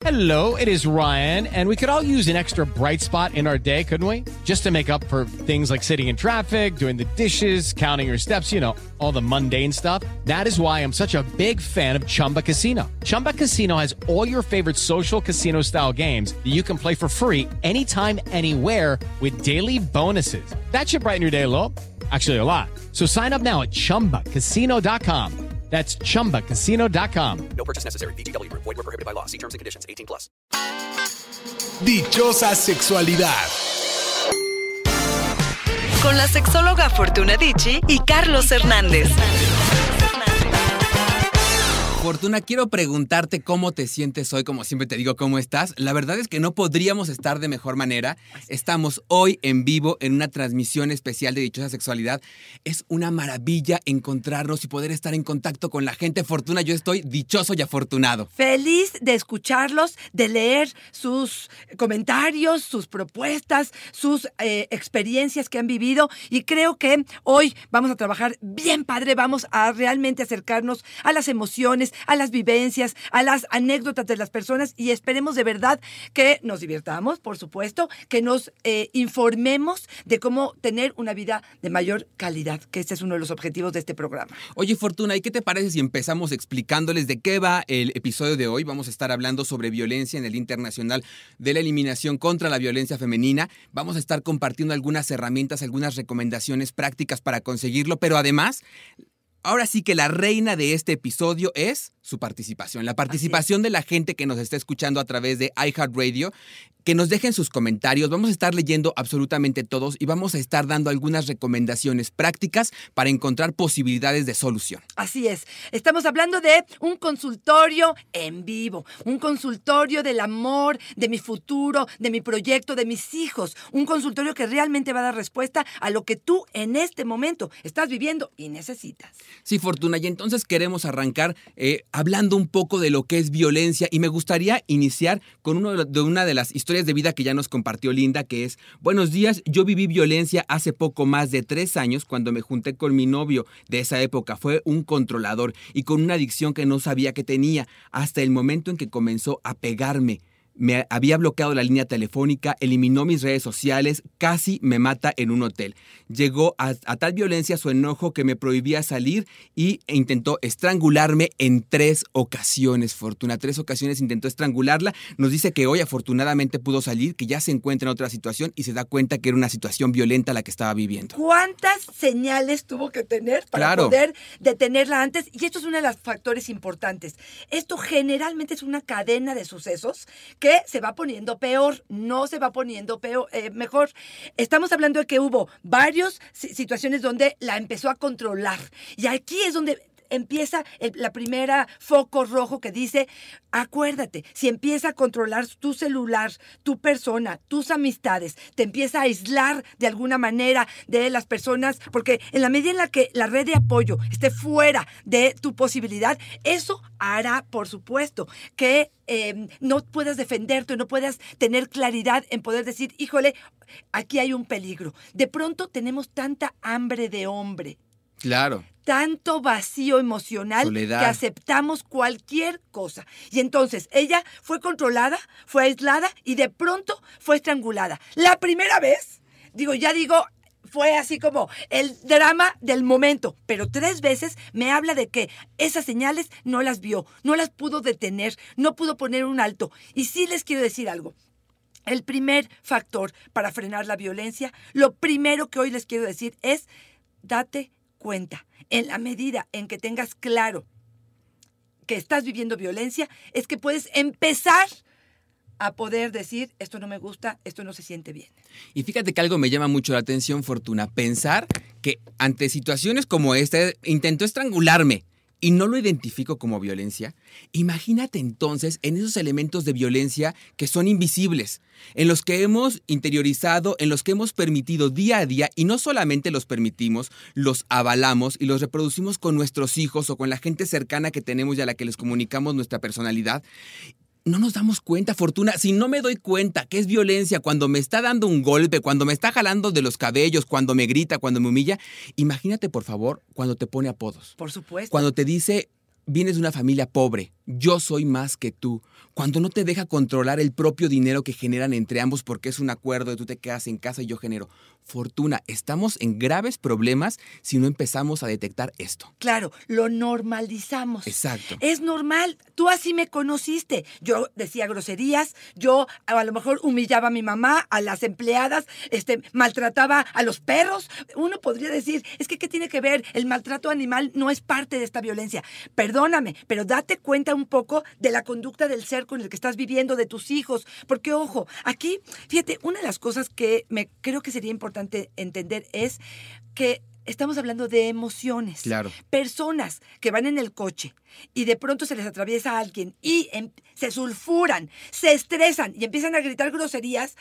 Hello, it is Ryan, and we could all use an extra bright spot in our day, couldn't we? Just to make up for things like sitting in traffic, doing the dishes, counting your steps, you know, all the mundane stuff. That is why I'm such a big fan of Chumba Casino. Chumba Casino has all your favorite social casino-style games that you can play for free anytime, anywhere with daily bonuses. That should brighten your day a little. Actually, a lot. So sign up now at ChumbaCasino.com. That's ChumbaCasino.com. No purchase necessary. VGW Group. Void where prohibited by law. See terms and conditions. 18+. Dichosa sexualidad. Con la sexóloga Fortuna Dicci y Carlos Hernández. Fortuna, quiero preguntarte cómo te sientes hoy, como siempre te digo, ¿cómo estás? La verdad es que no podríamos estar de mejor manera. Estamos hoy en vivo en una transmisión especial de Dichosa Sexualidad. Es una maravilla encontrarnos y poder estar en contacto con la gente. Fortuna, yo estoy dichoso y afortunado. Feliz de escucharlos, de leer sus comentarios, sus propuestas, sus experiencias que han vivido. Y creo que hoy vamos a trabajar bien padre, vamos a realmente acercarnos a las emociones, a las vivencias, a las anécdotas de las personas y esperemos de verdad que nos divirtamos, por supuesto, que nos informemos de cómo tener una vida de mayor calidad, que este es uno de los objetivos de este programa. Oye, Fortuna, ¿y qué te parece si empezamos explicándoles de qué va el episodio de hoy? Vamos a estar hablando sobre violencia en el Internacional de la Eliminación contra la Violencia Femenina. Vamos a estar compartiendo algunas herramientas, algunas recomendaciones prácticas para conseguirlo, pero además, ahora sí que la reina de este episodio es su participación. La participación de la gente que nos está escuchando a través de iHeartRadio. Que nos dejen sus comentarios. Vamos a estar leyendo absolutamente todos y vamos a estar dando algunas recomendaciones prácticas para encontrar posibilidades de solución. Así es. Estamos hablando de un consultorio en vivo. Un consultorio del amor, de mi futuro, de mi proyecto, de mis hijos. Un consultorio que realmente va a dar respuesta a lo que tú en este momento estás viviendo y necesitas. Sí, Fortuna. Y entonces queremos arrancar hablando un poco de lo que es violencia y me gustaría iniciar con una de las historias de vida que ya nos compartió Linda, que es: buenos días, yo viví violencia hace poco más de 3 años cuando me junté con mi novio de esa época. Fue un controlador y con una adicción que no sabía que tenía, hasta el momento en que comenzó a pegarme. Me había bloqueado la línea telefónica, eliminó mis redes sociales, casi me mata en un hotel. Llegó a tal violencia su enojo que me prohibía salir e intentó estrangularme en 3 ocasiones, Fortuna. 3 ocasiones intentó estrangularla. Nos dice que hoy afortunadamente pudo salir, que ya se encuentra en otra situación y se da cuenta que era una situación violenta la que estaba viviendo. ¿Cuántas señales tuvo que tener para poder detenerla antes? Y esto es uno de los factores importantes. Esto generalmente es una cadena de sucesos que se va poniendo peor, no se va poniendo mejor. Estamos hablando de que hubo varias situaciones donde la empezó a controlar. Y aquí es donde empieza la primera foco rojo que dice: acuérdate, si empieza a controlar tu celular, tu persona, tus amistades, te empieza a aislar de alguna manera de las personas, porque en la medida en la que la red de apoyo esté fuera de tu posibilidad, eso hará, por supuesto, que no puedas defenderte, no puedas tener claridad en poder decir: híjole, aquí hay un peligro. De pronto tenemos tanta hambre de hombre. Claro. Tanto vacío emocional, soledad, que aceptamos cualquier cosa. Y entonces ella fue controlada, fue aislada y de pronto fue estrangulada. La primera vez, fue así como el drama del momento, pero 3 veces me habla de que esas señales no las vio, no las pudo detener, no pudo poner un alto. Y sí les quiero decir algo. El primer factor para frenar la violencia, lo primero que hoy les quiero decir es: date cuenta. En la medida en que tengas claro que estás viviendo violencia, es que puedes empezar a poder decir: esto no me gusta, esto no se siente bien. Y fíjate que algo me llama mucho la atención, Fortuna, pensar que ante situaciones como esta, intentó estrangularme y no lo identifico como violencia. Imagínate entonces en esos elementos de violencia que son invisibles, en los que hemos interiorizado, en los que hemos permitido día a día, y no solamente los permitimos, los avalamos y los reproducimos con nuestros hijos o con la gente cercana que tenemos y a la que les comunicamos nuestra personalidad. No nos damos cuenta, Fortuna. Si no me doy cuenta que es violencia cuando me está dando un golpe, cuando me está jalando de los cabellos, cuando me grita, cuando me humilla, imagínate, por favor, cuando te pone apodos. Por supuesto. Cuando te dice: vienes de una familia pobre, yo soy más que tú, cuando no te deja controlar el propio dinero que generan entre ambos porque es un acuerdo de tú te quedas en casa y yo genero. Fortuna, estamos en graves problemas si no empezamos a detectar esto. Claro, lo normalizamos. Exacto. Es normal, tú así me conociste. Yo decía groserías, yo a lo mejor humillaba a mi mamá, a las empleadas, maltrataba a los perros. Uno podría decir, es que ¿qué tiene que ver? El maltrato animal no es parte de esta violencia. Perdóname, pero date cuenta un poco de la conducta del ser con el que estás viviendo, de tus hijos. Porque, ojo, aquí, fíjate, una de las cosas que creo que sería importante entender es que estamos hablando de emociones. Claro. Personas que van en el coche y de pronto se les atraviesa a alguien y se sulfuran, se estresan y empiezan a gritar groserías.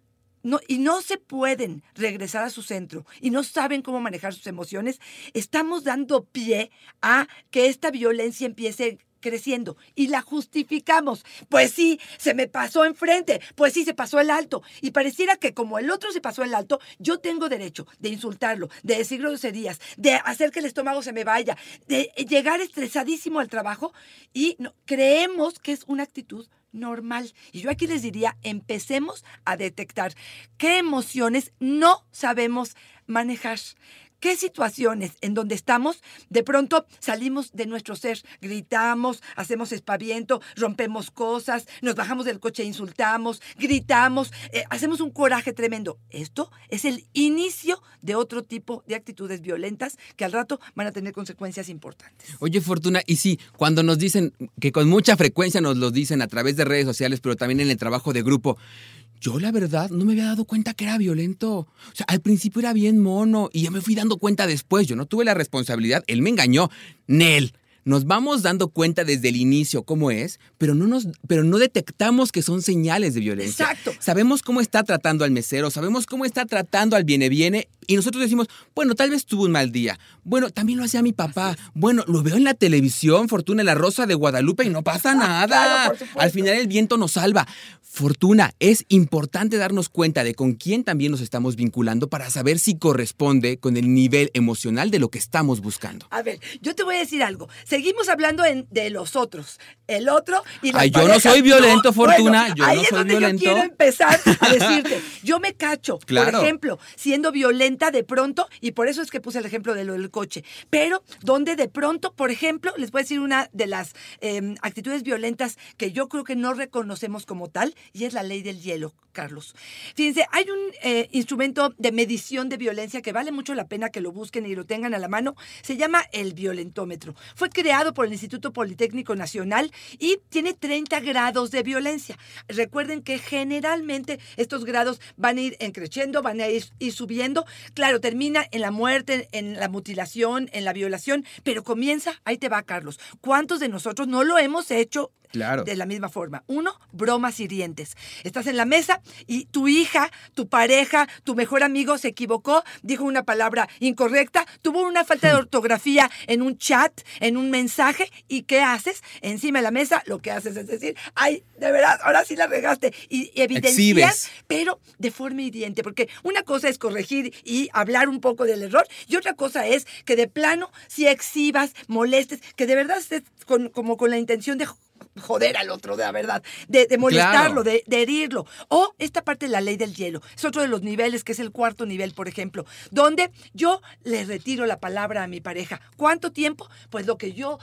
Y no se pueden regresar a su centro y no saben cómo manejar sus emociones, estamos dando pie a que esta violencia empiece creciendo y la justificamos. Pues sí, se me pasó enfrente, pues sí, se pasó el alto. Y pareciera que como el otro se pasó el alto, yo tengo derecho de insultarlo, de decir groserías, de hacer que el estómago se me vaya, de llegar estresadísimo al trabajo y creemos que es una actitud normal. Y yo aquí les diría, empecemos a detectar qué emociones no sabemos manejar. ¿Qué situaciones en donde estamos, de pronto salimos de nuestro ser, gritamos, hacemos espaviento, rompemos cosas, nos bajamos del coche e insultamos, gritamos, hacemos un coraje tremendo? Esto es el inicio de otro tipo de actitudes violentas que al rato van a tener consecuencias importantes. Oye, Fortuna, y sí, cuando nos dicen, que con mucha frecuencia nos lo dicen a través de redes sociales, pero también en el trabajo de grupo, yo, la verdad, no me había dado cuenta que era violento. O sea, al principio era bien mono y ya me fui dando cuenta después. Yo no tuve la responsabilidad. Él me engañó. Nel. Nos vamos dando cuenta desde el inicio cómo es, pero no detectamos que son señales de violencia. Exacto. Sabemos cómo está tratando al mesero, sabemos cómo está tratando al viene, y nosotros decimos, bueno, tal vez tuvo un mal día. Bueno, también lo hacía mi papá. Bueno, lo veo en la televisión, Fortuna, en La Rosa de Guadalupe, y no pasa nada. Claro, por supuesto. Al final el viento nos salva. Fortuna, es importante darnos cuenta de con quién también nos estamos vinculando para saber si corresponde con el nivel emocional de lo que estamos buscando. A ver, yo te voy a decir algo. Seguimos hablando de los otros. El otro y las Ay, yo parejas. no soy violento, Fortuna. Bueno, yo ahí no es soy donde violento. Yo quiero empezar a decirte. Yo me cacho, Claro. por ejemplo, siendo violenta de pronto, y por eso es que puse el ejemplo de lo del coche. Pero donde de pronto, por ejemplo, les voy a decir una de las actitudes violentas que yo creo que no reconocemos como tal, y es la ley del hielo, Carlos. Fíjense, hay un instrumento de medición de violencia que vale mucho la pena que lo busquen y lo tengan a la mano. Se llama el violentómetro. Fue creado por el Instituto Politécnico Nacional y tiene 30 grados de violencia. Recuerden que generalmente estos grados van a ir creciendo, van a ir subiendo. Claro, termina en la muerte, en la mutilación, en la violación, pero comienza, ahí te va, Carlos. ¿Cuántos de nosotros no lo hemos hecho? Claro. De la misma forma. 1, bromas hirientes. Estás en la mesa y tu hija, tu pareja, tu mejor amigo se equivocó, dijo una palabra incorrecta, tuvo una falta de ortografía en un chat, en un mensaje, ¿y qué haces? Encima de la mesa lo que haces es decir, ay, de verdad, ahora sí la regaste. Y evidencias, Exhibes. pero de forma hiriente, porque una cosa es corregir y hablar un poco del error, y otra cosa es que de plano si exhibas, molestes, que de verdad estés como con la intención de joder al otro, de la verdad, de molestarlo, Claro. de herirlo. O esta parte de la ley del hielo. Es otro de los niveles, que es el 4º nivel, por ejemplo, donde yo le retiro la palabra a mi pareja. ¿Cuánto tiempo? Pues lo que yo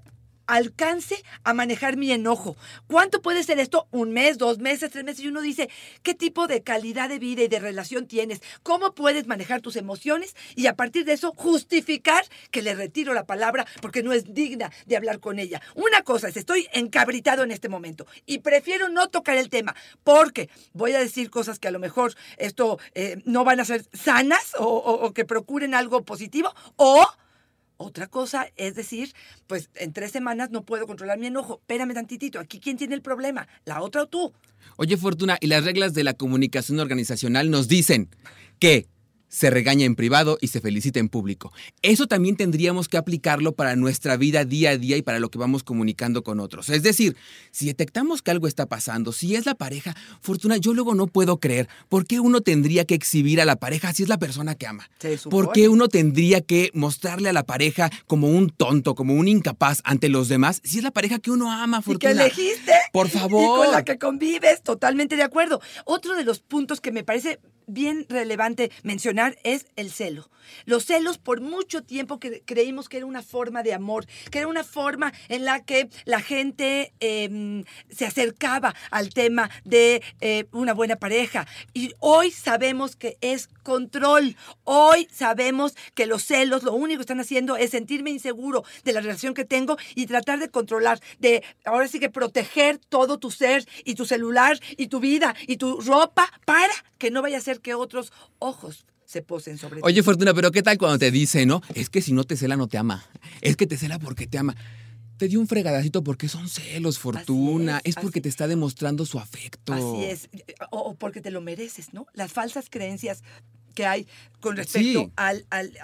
alcance a manejar mi enojo. ¿Cuánto puede ser esto? 1 mes, 2 meses, 3 meses. Y uno dice, ¿qué tipo de calidad de vida y de relación tienes? ¿Cómo puedes manejar tus emociones? Y a partir de eso, justificar que le retiro la palabra porque no es digna de hablar con ella. Una cosa es, estoy encabritado en este momento y prefiero no tocar el tema porque voy a decir cosas que a lo mejor esto no van a ser sanas o que procuren algo positivo, o otra cosa es decir, pues en 3 semanas no puedo controlar mi enojo. Espérame tantitito, aquí ¿quién tiene el problema? ¿La otra o tú? Oye, Fortuna, y las reglas de la comunicación organizacional nos dicen que se regaña en privado y se felicita en público. Eso también tendríamos que aplicarlo para nuestra vida día a día y para lo que vamos comunicando con otros. Es decir, si detectamos que algo está pasando, si es la pareja, Fortuna, yo luego no puedo creer por qué uno tendría que exhibir a la pareja si es la persona que ama. ¿Por qué uno tendría que mostrarle a la pareja como un tonto, como un incapaz ante los demás si es la pareja que uno ama, Fortuna? Y que elegiste. Por favor. Y con la que convives, totalmente de acuerdo. Otro de los puntos que me parece bien relevante mencionar es el celo. Los celos, por mucho tiempo que creímos que era una forma de amor, que era una forma en la que la gente se acercaba al tema de una buena pareja. Y hoy sabemos que es control. Hoy sabemos que los celos lo único que están haciendo es sentirme inseguro de la relación que tengo y tratar de controlar, de ahora sí que proteger todo tu ser y tu celular y tu vida y tu ropa para que no vaya a ser que otros ojos se posen sobre ti. Oye, Fortuna, pero ¿qué tal cuando te dice, no? Es que si no te cela, no te ama. Es que te cela porque te ama. Te dio un fregadacito porque son celos, Fortuna. Es porque te está demostrando su afecto. Así es. O porque te lo mereces, ¿no? Las falsas creencias que hay con respecto a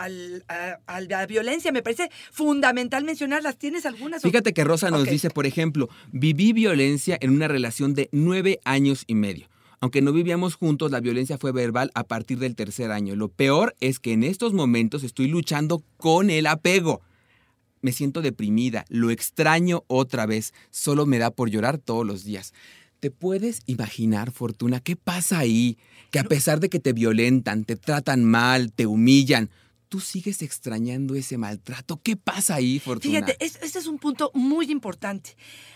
la violencia. Me parece fundamental mencionarlas. ¿Tienes algunas? Fíjate que Rosa nos dice, por ejemplo, viví violencia en una relación de 9 años y medio. Aunque no vivíamos juntos, la violencia fue verbal a partir del 3er año. Lo peor es que en estos momentos estoy luchando con el apego. Me siento deprimida, lo extraño otra vez. Solo me da por llorar todos los días. ¿Te puedes imaginar, Fortuna, qué pasa ahí? Que a pesar de que te violentan, te tratan mal, te humillan, tú sigues extrañando ese maltrato. ¿Qué pasa ahí, Fortuna? Fíjate, este es un punto muy importante.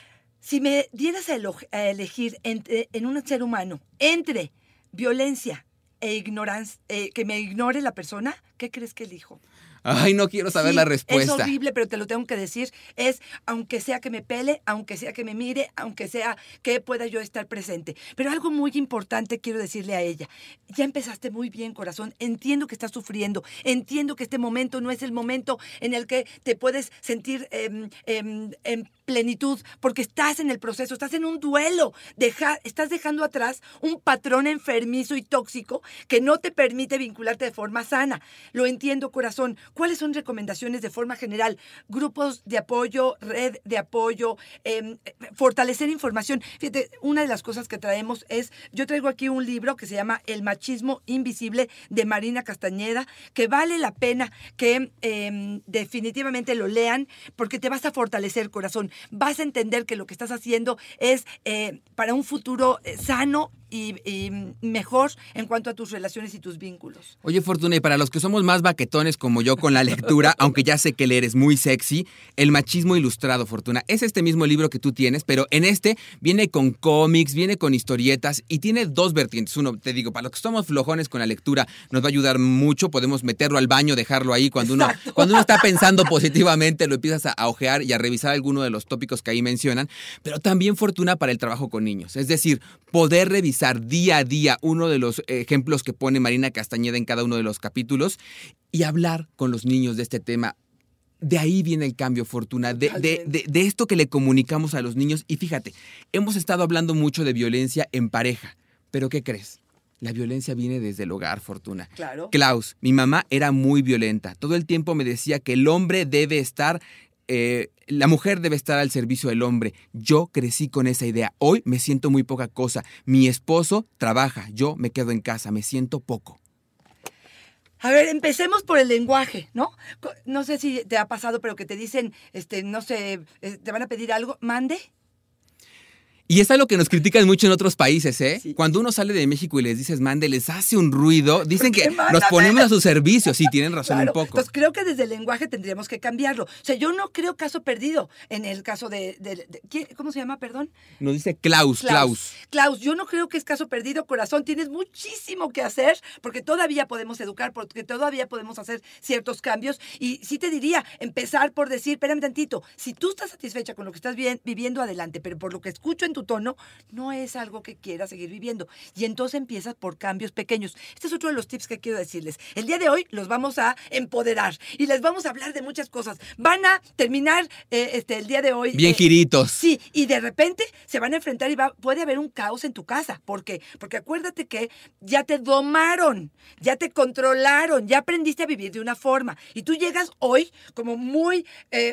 Si me dieras a elegir en un ser humano entre violencia e ignorancia, que me ignore la persona, ¿qué crees que elijo? Ay, no quiero saber la respuesta. Es horrible, pero te lo tengo que decir. Es, aunque sea que me pele, aunque sea que me mire, aunque sea que pueda yo estar presente. Pero algo muy importante quiero decirle a ella. Ya empezaste muy bien, corazón. Entiendo que estás sufriendo. Entiendo que este momento no es el momento en el que te puedes sentir en plenitud, porque estás en el proceso, estás en un duelo. Estás dejando atrás un patrón enfermizo y tóxico que no te permite vincularte de forma sana. Lo entiendo, corazón. ¿Cuáles son recomendaciones de forma general? Grupos de apoyo, red de apoyo, fortalecer información. Fíjate, una de las cosas que traemos es, yo traigo aquí un libro que se llama El machismo invisible de Marina Castañeda, que vale la pena que definitivamente lo lean porque te vas a fortalecer, corazón. Vas a entender que lo que estás haciendo es para un futuro sano y mejor en cuanto a tus relaciones y tus vínculos. Oye, Fortuna, y para los que somos más baquetones como yo con la lectura, aunque ya sé que leer es muy sexy, El machismo ilustrado, Fortuna, es este mismo libro que tú tienes, pero en este viene con cómics, viene con historietas y tiene 2 vertientes. Uno, te digo, para los que somos flojones con la lectura, nos va a ayudar mucho, podemos meterlo al baño, dejarlo ahí, cuando uno está pensando positivamente, lo empiezas a ojear y a revisar alguno de los tópicos que ahí mencionan, pero también, Fortuna, para el trabajo con niños, es decir, poder revisar día a día uno de los ejemplos que pone Marina Castañeda en cada uno de los capítulos y hablar con los niños de este tema. De ahí viene el cambio, Fortuna, de esto que le comunicamos a los niños. Y fíjate, hemos estado hablando mucho de violencia en pareja, pero ¿qué crees? La violencia viene desde el hogar, Fortuna. Claro. Klaus, mi mamá era muy violenta. Todo el tiempo me decía que el hombre debe estar... la mujer debe estar al servicio del hombre. Yo crecí con esa idea. Hoy me siento muy poca cosa. Mi esposo trabaja, yo me quedo en casa, me siento poco. A ver, empecemos por el lenguaje, ¿no? No sé si te ha pasado, pero que te dicen, no sé, te van a pedir algo, mande. Y es algo que nos critican mucho en otros países, ¿eh? Sí. Cuando uno sale de México y les dices mande, les hace un ruido. Dicen que nos ponemos a su servicio. Sí, tienen razón, claro. Un poco. Entonces creo que desde el lenguaje tendríamos que cambiarlo. O sea, yo no creo caso perdido en el caso de ¿cómo se llama, perdón? Nos dice Klaus. Klaus, yo no creo que es caso perdido, corazón. Tienes muchísimo que hacer porque todavía podemos educar, porque todavía podemos hacer ciertos cambios. Y sí te diría, empezar por decir, espérame tantito, si tú estás satisfecha con lo que estás viviendo, adelante. Pero por lo que escucho en tu tu tono, no es algo que quieras seguir viviendo. Y entonces empiezas por cambios pequeños. Este es otro de los tips que quiero decirles. El día de hoy los vamos a empoderar y les vamos a hablar de muchas cosas. Van a terminar el día de hoy. Bien giritos. Sí, y de repente se van a enfrentar y puede haber un caos en tu casa. ¿Por qué? Porque acuérdate que ya te domaron, ya te controlaron, ya aprendiste a vivir de una forma. Y tú llegas hoy como muy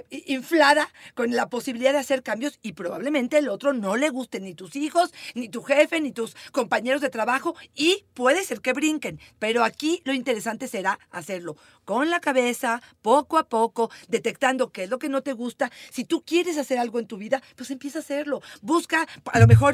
inflada con la posibilidad de hacer cambios y probablemente el otro no le guste ni tus hijos, ni tu jefe, ni tus compañeros de trabajo y puede ser que brinquen. Pero aquí lo interesante será hacerlo con la cabeza, poco a poco, detectando qué es lo que no te gusta. Si tú quieres hacer algo en tu vida, pues empieza a hacerlo. Busca a lo mejor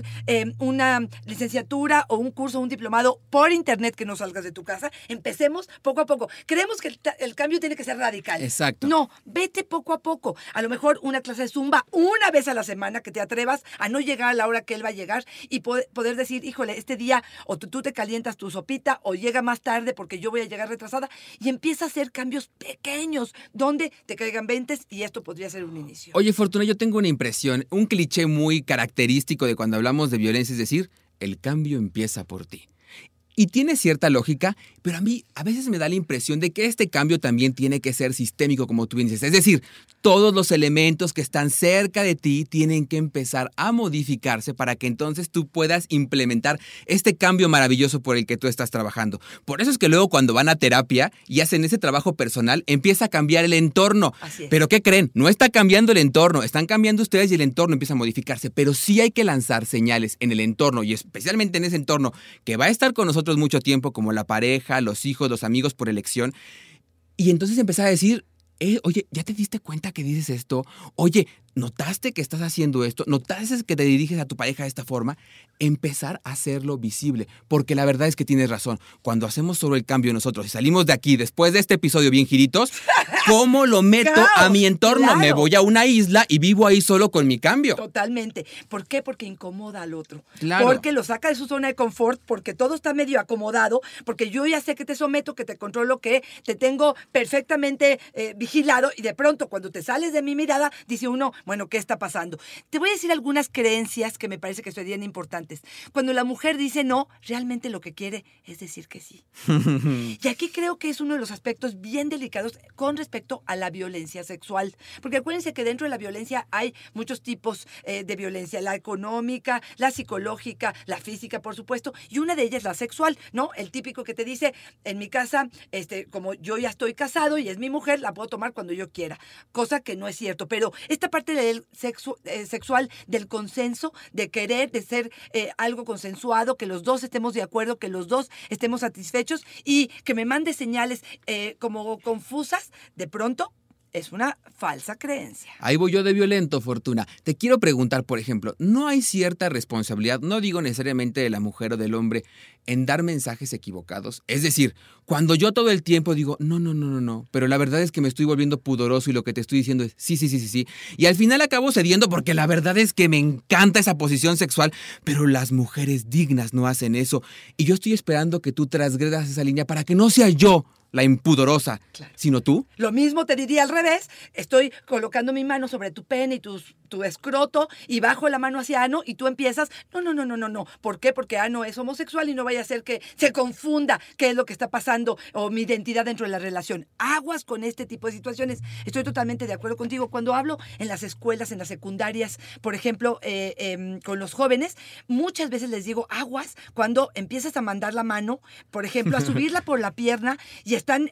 una licenciatura o un curso, un diplomado por internet que no salgas de tu casa. Empecemos poco a poco. Creemos que el cambio tiene que ser radical. Exacto. No, vete poco a poco. A lo mejor una clase de Zumba una vez a la semana, que te atrevas a no llegar a la hora que él va a llegar y poder decir, híjole, este día o tú te calientas tu sopita o llega más tarde porque yo voy a llegar retrasada, y empieza a hacer cambios pequeños donde te caigan 20 y esto podría ser un inicio. Oye, Fortuna, yo tengo una impresión, un cliché muy característico de cuando hablamos de violencia, es decir, el cambio empieza por ti. Y tiene cierta lógica, pero a mí a veces me da la impresión de que este cambio también tiene que ser sistémico, como tú bien dices. Es decir, todos los elementos que están cerca de ti tienen que empezar a modificarse para que entonces tú puedas implementar este cambio maravilloso por el que tú estás trabajando. Por eso es que luego cuando van a terapia y hacen ese trabajo personal, empieza a cambiar el entorno. Así es. Pero ¿qué creen? No está cambiando el entorno, están cambiando ustedes y el entorno empieza a modificarse. Pero sí hay que lanzar señales en el entorno y especialmente en ese entorno que va a estar con nosotros mucho tiempo, como la pareja, los hijos, los amigos por elección. Y entonces empezar a decir, oye, ¿ya te diste cuenta que dices esto? Oye, ¿notaste que estás haciendo esto? ¿Notaste que te diriges a tu pareja de esta forma? Empezar a hacerlo visible, porque la verdad es que tienes razón. Cuando hacemos solo el cambio nosotros y salimos de aquí después de este episodio bien giritos, ¿cómo lo meto a mi entorno? Claro. Me voy a una isla y vivo ahí solo con mi cambio. Totalmente. ¿Por qué? Porque incomoda al otro. Claro. Porque lo saca de su zona de confort, porque todo está medio acomodado, porque yo ya sé que te someto, que te controlo, que te tengo perfectamente vigilado y de pronto cuando te sales de mi mirada, dice uno, bueno, ¿qué está pasando? Te voy a decir algunas creencias que me parece que serían importantes. Cuando la mujer dice no, realmente lo que quiere es decir que sí. Y aquí creo que es uno de los aspectos bien delicados con respecto a la violencia sexual. Porque acuérdense que dentro de la violencia hay muchos tipos de violencia. La económica, la psicológica, la física, por supuesto. Y una de ellas es la sexual, ¿no? El típico que te dice, en mi casa, como yo ya estoy casado y es mi mujer, la puedo tomar cuando yo quiera. Cosa que no es cierto. Pero esta parte del sexual, del consenso, de querer, de ser algo consensuado, que los dos estemos de acuerdo, que los dos estemos satisfechos y que me mande señales como confusas, de pronto es una falsa creencia. Ahí voy yo de violento, Fortuna. Te quiero preguntar, por ejemplo, ¿no hay cierta responsabilidad, no digo necesariamente de la mujer o del hombre, en dar mensajes equivocados? Es decir, cuando yo todo el tiempo digo, no, pero la verdad es que me estoy volviendo pudoroso y lo que te estoy diciendo es sí, y al final acabo cediendo porque la verdad es que me encanta esa posición sexual, pero las mujeres dignas no hacen eso y yo estoy esperando que tú transgredas esa línea para que no sea yo la impudorosa, claro, sino tú. Lo mismo te diría al revés. Estoy colocando mi mano sobre tu pene y tu escroto y bajo la mano hacia ano y tú empiezas, no. ¿Por qué? Porque ano es homosexual y no vaya a ser que se confunda qué es lo que está pasando o mi identidad dentro de la relación. Aguas con este tipo de situaciones. Estoy totalmente de acuerdo contigo. Cuando hablo en las escuelas, en las secundarias, por ejemplo, con los jóvenes, muchas veces les digo, aguas cuando empiezas a mandar la mano, por ejemplo, a subirla por la pierna y están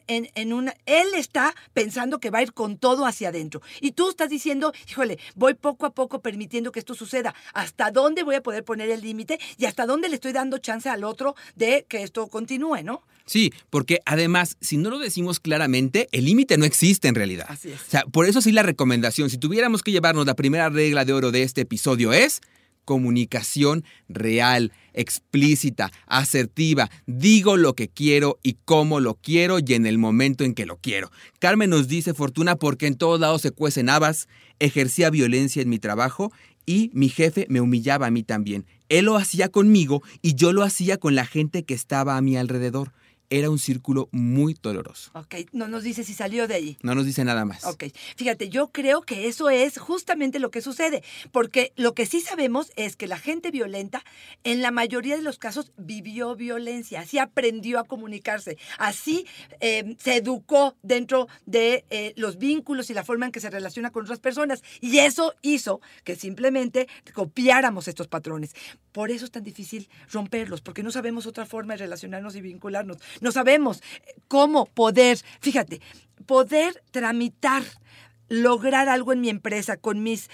él está pensando que va a ir con todo hacia adentro. Y tú estás diciendo, híjole, voy poco a poco permitiendo que esto suceda. ¿Hasta dónde voy a poder poner el límite? Y hasta dónde le estoy dando chance al otro de que esto continúe, ¿no? Sí, porque además, si no lo decimos claramente, el límite no existe en realidad. Así es. O sea, por eso sí la recomendación, si tuviéramos que llevarnos la primera regla de oro de este episodio es comunicación real, explícita, asertiva. Digo lo que quiero y cómo lo quiero y en el momento en que lo quiero. Carmen nos dice, Fortuna, porque en todos lados se cuecen habas, ejercía violencia en mi trabajo y mi jefe me humillaba a mí también. Él lo hacía conmigo y yo lo hacía con la gente que estaba a mi alrededor. era un círculo muy doloroso. Ok, no nos dice si salió de ahí. No nos dice nada más. Ok, fíjate, yo creo que eso es justamente lo que sucede, porque lo que sí sabemos es que la gente violenta, en la mayoría de los casos, vivió violencia, así aprendió a comunicarse, así se educó dentro de los vínculos y la forma en que se relaciona con otras personas, y eso hizo que simplemente copiáramos estos patrones. Por eso es tan difícil romperlos, porque no sabemos otra forma de relacionarnos y vincularnos. No sabemos cómo poder, fíjate, poder tramitar, lograr algo en mi empresa con mis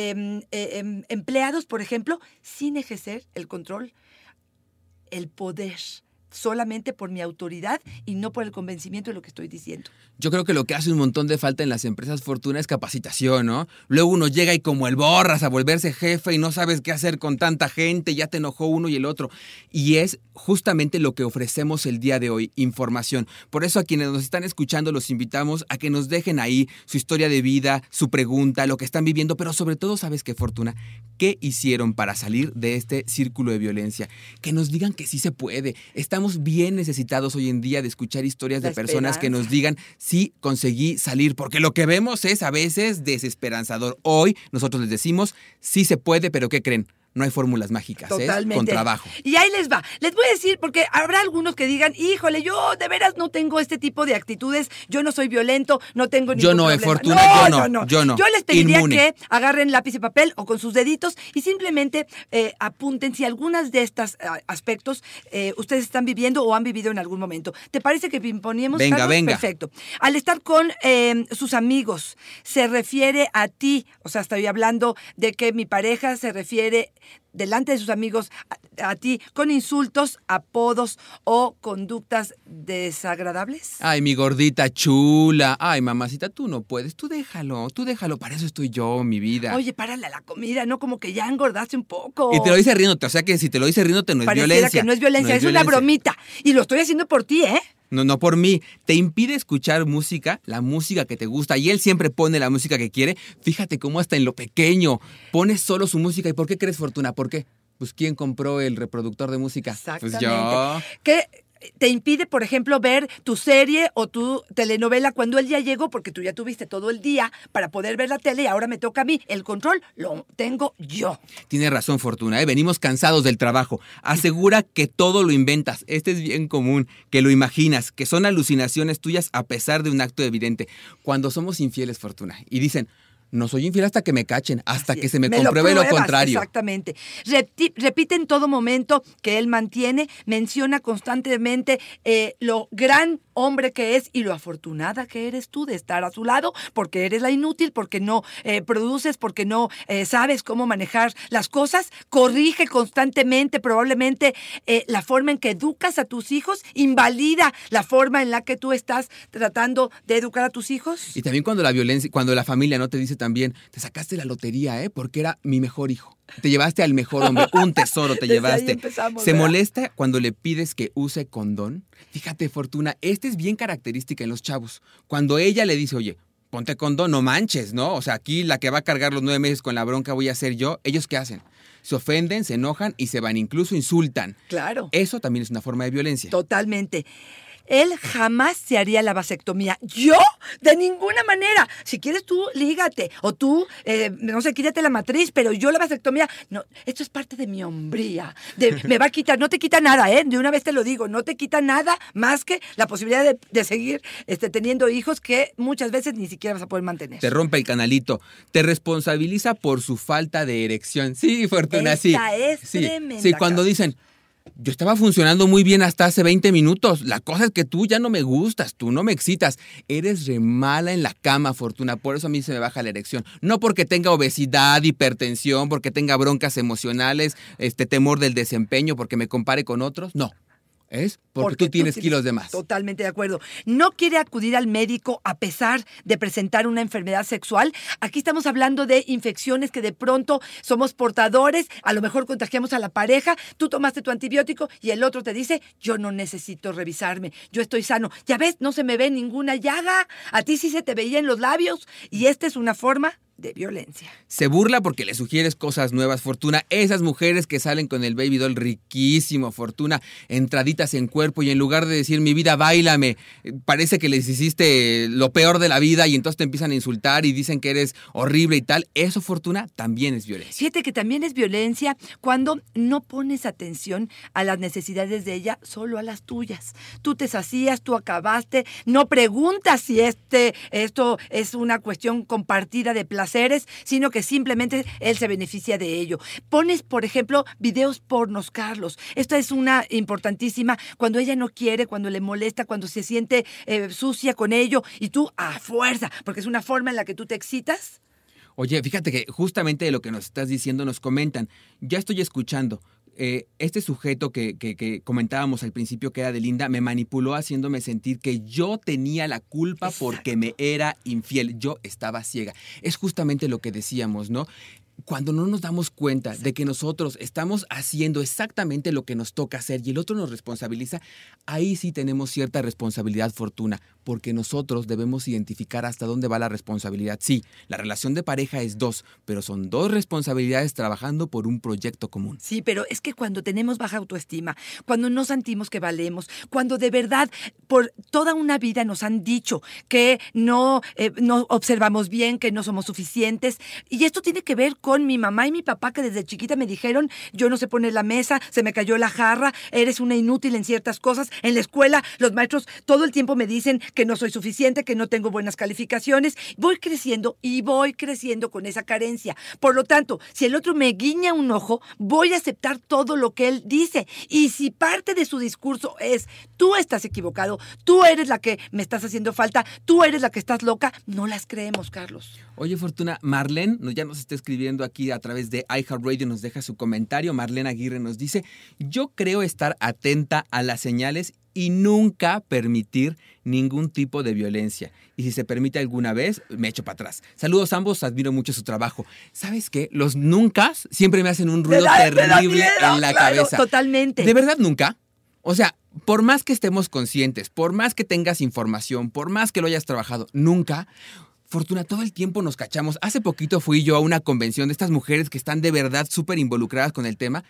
empleados, por ejemplo, sin ejercer el control, el poder, solamente por mi autoridad y no por el convencimiento de lo que estoy diciendo. Yo creo que lo que hace un montón de falta en las empresas, Fortuna, es capacitación, ¿no? Luego uno llega y como el borras a volverse jefe y no sabes qué hacer con tanta gente, ya te enojó uno y el otro. Y es justamente lo que ofrecemos el día de hoy, información. Por eso a quienes nos están escuchando los invitamos a que nos dejen ahí su historia de vida, su pregunta, lo que están viviendo, pero sobre todo, ¿sabes qué, Fortuna? ¿Qué hicieron para salir de este círculo de violencia? Que nos digan que sí se puede. Estamos bien necesitados hoy en día de escuchar historias de personas que nos digan sí conseguí salir, porque lo que vemos es a veces desesperanzador. Hoy nosotros les decimos sí se puede, pero ¿qué creen? No hay fórmulas mágicas, totalmente. Es con trabajo. Y ahí les va. Les voy a decir, porque habrá algunos que digan, híjole, yo de veras no tengo este tipo de actitudes, yo no soy violento, no tengo ningún problema. Fortuna, yo no. Yo les pediría Inmune. que agarren lápiz y papel o con sus deditos y simplemente apunten si algunas de estos aspectos ustedes están viviendo o han vivido en algún momento. ¿Te parece que imponíamos? Venga. Perfecto. Al estar con sus amigos, se refiere a ti, o sea, estoy hablando de que mi pareja se refiere delante de sus amigos a ti con insultos, apodos o conductas desagradables. Ay, mi gordita chula. Ay, mamacita, tú no puedes. Tú déjalo. Para eso estoy yo, mi vida. Oye, párale a la comida, ¿no? Como que ya engordaste un poco. Y te lo dice riéndote. O sea que si te lo dice riéndote no es violencia. Que no es violencia, es una bromita. Y lo estoy haciendo por ti, ¿eh? No por mí. Te impide escuchar música, la música que te gusta. Y él siempre pone la música que quiere. Fíjate cómo hasta en lo pequeño pone solo su música. ¿Y por qué crees, Fortuna? ¿Por qué? Pues ¿quién compró el reproductor de música? Exactamente. Pues yo. ¿Qué te impide, por ejemplo, ver tu serie o tu telenovela cuando él ya llegó? Porque tú ya tuviste todo el día para poder ver la tele y ahora me toca a mí. El control lo tengo yo. Tiene razón, Fortuna, venimos cansados del trabajo. Asegura que todo lo inventas. Este es bien común, que lo imaginas, que son alucinaciones tuyas a pesar de un acto evidente. Cuando somos infieles, Fortuna, y dicen... No soy infiel hasta que me cachen, hasta que se me compruebe lo contrario. Exactamente. Repite en todo momento que él mantiene, menciona constantemente lo gran hombre que es y lo afortunada que eres tú de estar a su lado, porque eres la inútil, porque no produces, porque no sabes cómo manejar las cosas. Corrige constantemente, probablemente la forma en que educas a tus hijos, invalida la forma en la que tú estás tratando de educar a tus hijos. Y también cuando la familia no te dice también, te sacaste la lotería, porque era mi mejor hijo. Te llevaste al mejor hombre, un tesoro te llevaste. Se molesta cuando le pides que use condón. Fíjate, Fortuna, esta es bien característica en los chavos. Cuando ella le dice, oye, ponte condón, no manches, ¿no? O sea, aquí la que va a cargar los 9 meses con la bronca voy a ser yo. ¿Ellos qué hacen? Se ofenden, se enojan y se van, incluso insultan. Claro. Eso también es una forma de violencia. Totalmente. Él jamás se haría la vasectomía. ¿Yo? De ninguna manera. Si quieres tú, lígate. O tú, no sé, quítate la matriz, pero yo la vasectomía... No, esto es parte de mi hombría. Me va a quitar, no te quita nada, ¿eh? De una vez te lo digo, no te quita nada más que la posibilidad de seguir teniendo hijos que muchas veces ni siquiera vas a poder mantener. Te rompe el canalito. Te responsabiliza por su falta de erección. Sí, Fortuna, sí. Esta es tremenda. Sí, cuando dicen... Yo estaba funcionando muy bien hasta hace 20 minutos. La cosa es que tú ya no me gustas, tú no me excitas. Eres re mala en la cama, Fortuna. Por eso a mí se me baja la erección. No porque tenga obesidad, hipertensión, porque tenga broncas emocionales, temor del desempeño, porque me compare con otros. No. Es porque tú tienes kilos de más. Totalmente de acuerdo. ¿No quiere acudir al médico a pesar de presentar una enfermedad sexual? Aquí estamos hablando de infecciones que de pronto somos portadores, a lo mejor contagiamos a la pareja, tú tomaste tu antibiótico y el otro te dice, yo no necesito revisarme, yo estoy sano. Ya ves, no se me ve ninguna llaga, a ti sí se te veía en los labios y esta es una forma de violencia. Se burla porque le sugieres cosas nuevas, Fortuna. Esas mujeres que salen con el baby doll riquísimo, Fortuna, entraditas en cuerpo, y en lugar de decir mi vida, báilame, parece que les hiciste lo peor de la vida y entonces te empiezan a insultar y dicen que eres horrible y tal. Eso, Fortuna, también es violencia. Fíjate que también es violencia cuando no pones atención a las necesidades de ella, solo a las tuyas. Tú te sacías, tú acabaste, no preguntas si esto es una cuestión compartida de placeres, sino que simplemente él se beneficia de ello. Pones, por ejemplo, videos pornos, Carlos. Esta es una importantísima cuando ella no quiere, cuando le molesta, cuando se siente sucia con ello, y tú a fuerza, porque es una forma en la que tú te excitas. Oye, fíjate que justamente de lo que nos estás diciendo nos comentan. Ya estoy escuchando. Este sujeto que comentábamos al principio, que era de Linda, me manipuló haciéndome sentir que yo tenía la culpa. Exacto. Porque me era infiel. Yo estaba ciega. Es justamente lo que decíamos, ¿no? Cuando no nos damos cuenta de que nosotros estamos haciendo exactamente lo que nos toca hacer y el otro nos responsabiliza, ahí sí tenemos cierta responsabilidad, Fortuna, porque nosotros debemos identificar hasta dónde va la responsabilidad. Sí, la relación de pareja es dos, pero son dos responsabilidades trabajando por un proyecto común. Sí, pero es que cuando tenemos baja autoestima, cuando no sentimos que valemos, cuando de verdad por toda una vida nos han dicho que no observamos bien, que no somos suficientes, y esto tiene que ver con mi mamá y mi papá, que desde chiquita me dijeron, yo no sé poner la mesa, se me cayó la jarra, eres una inútil en ciertas cosas. En la escuela los maestros todo el tiempo me dicen que no soy suficiente, que no tengo buenas calificaciones. Voy creciendo con esa carencia. Por lo tanto, si el otro me guiña un ojo, voy a aceptar todo lo que él dice. Y si parte de su discurso es, tú estás equivocado, tú eres la que me estás haciendo falta, tú eres la que estás loca, no las creemos, Carlos. Oye, Fortuna, Marlene ya nos está escribiendo aquí a través de iHeartRadio, nos deja su comentario. Marlene Aguirre nos dice, yo creo estar atenta a las señales y nunca permitir ningún tipo de violencia. Y si se permite alguna vez, me echo para atrás. Saludos a ambos, admiro mucho su trabajo. ¿Sabes qué? Los nunca siempre me hacen un ruido terrible en la cabeza. Totalmente. ¿De verdad nunca? O sea, por más que estemos conscientes, por más que tengas información, por más que lo hayas trabajado, nunca... Fortuna, todo el tiempo nos cachamos. Hace poquito fui yo a una convención de estas mujeres que están de verdad súper involucradas con el tema.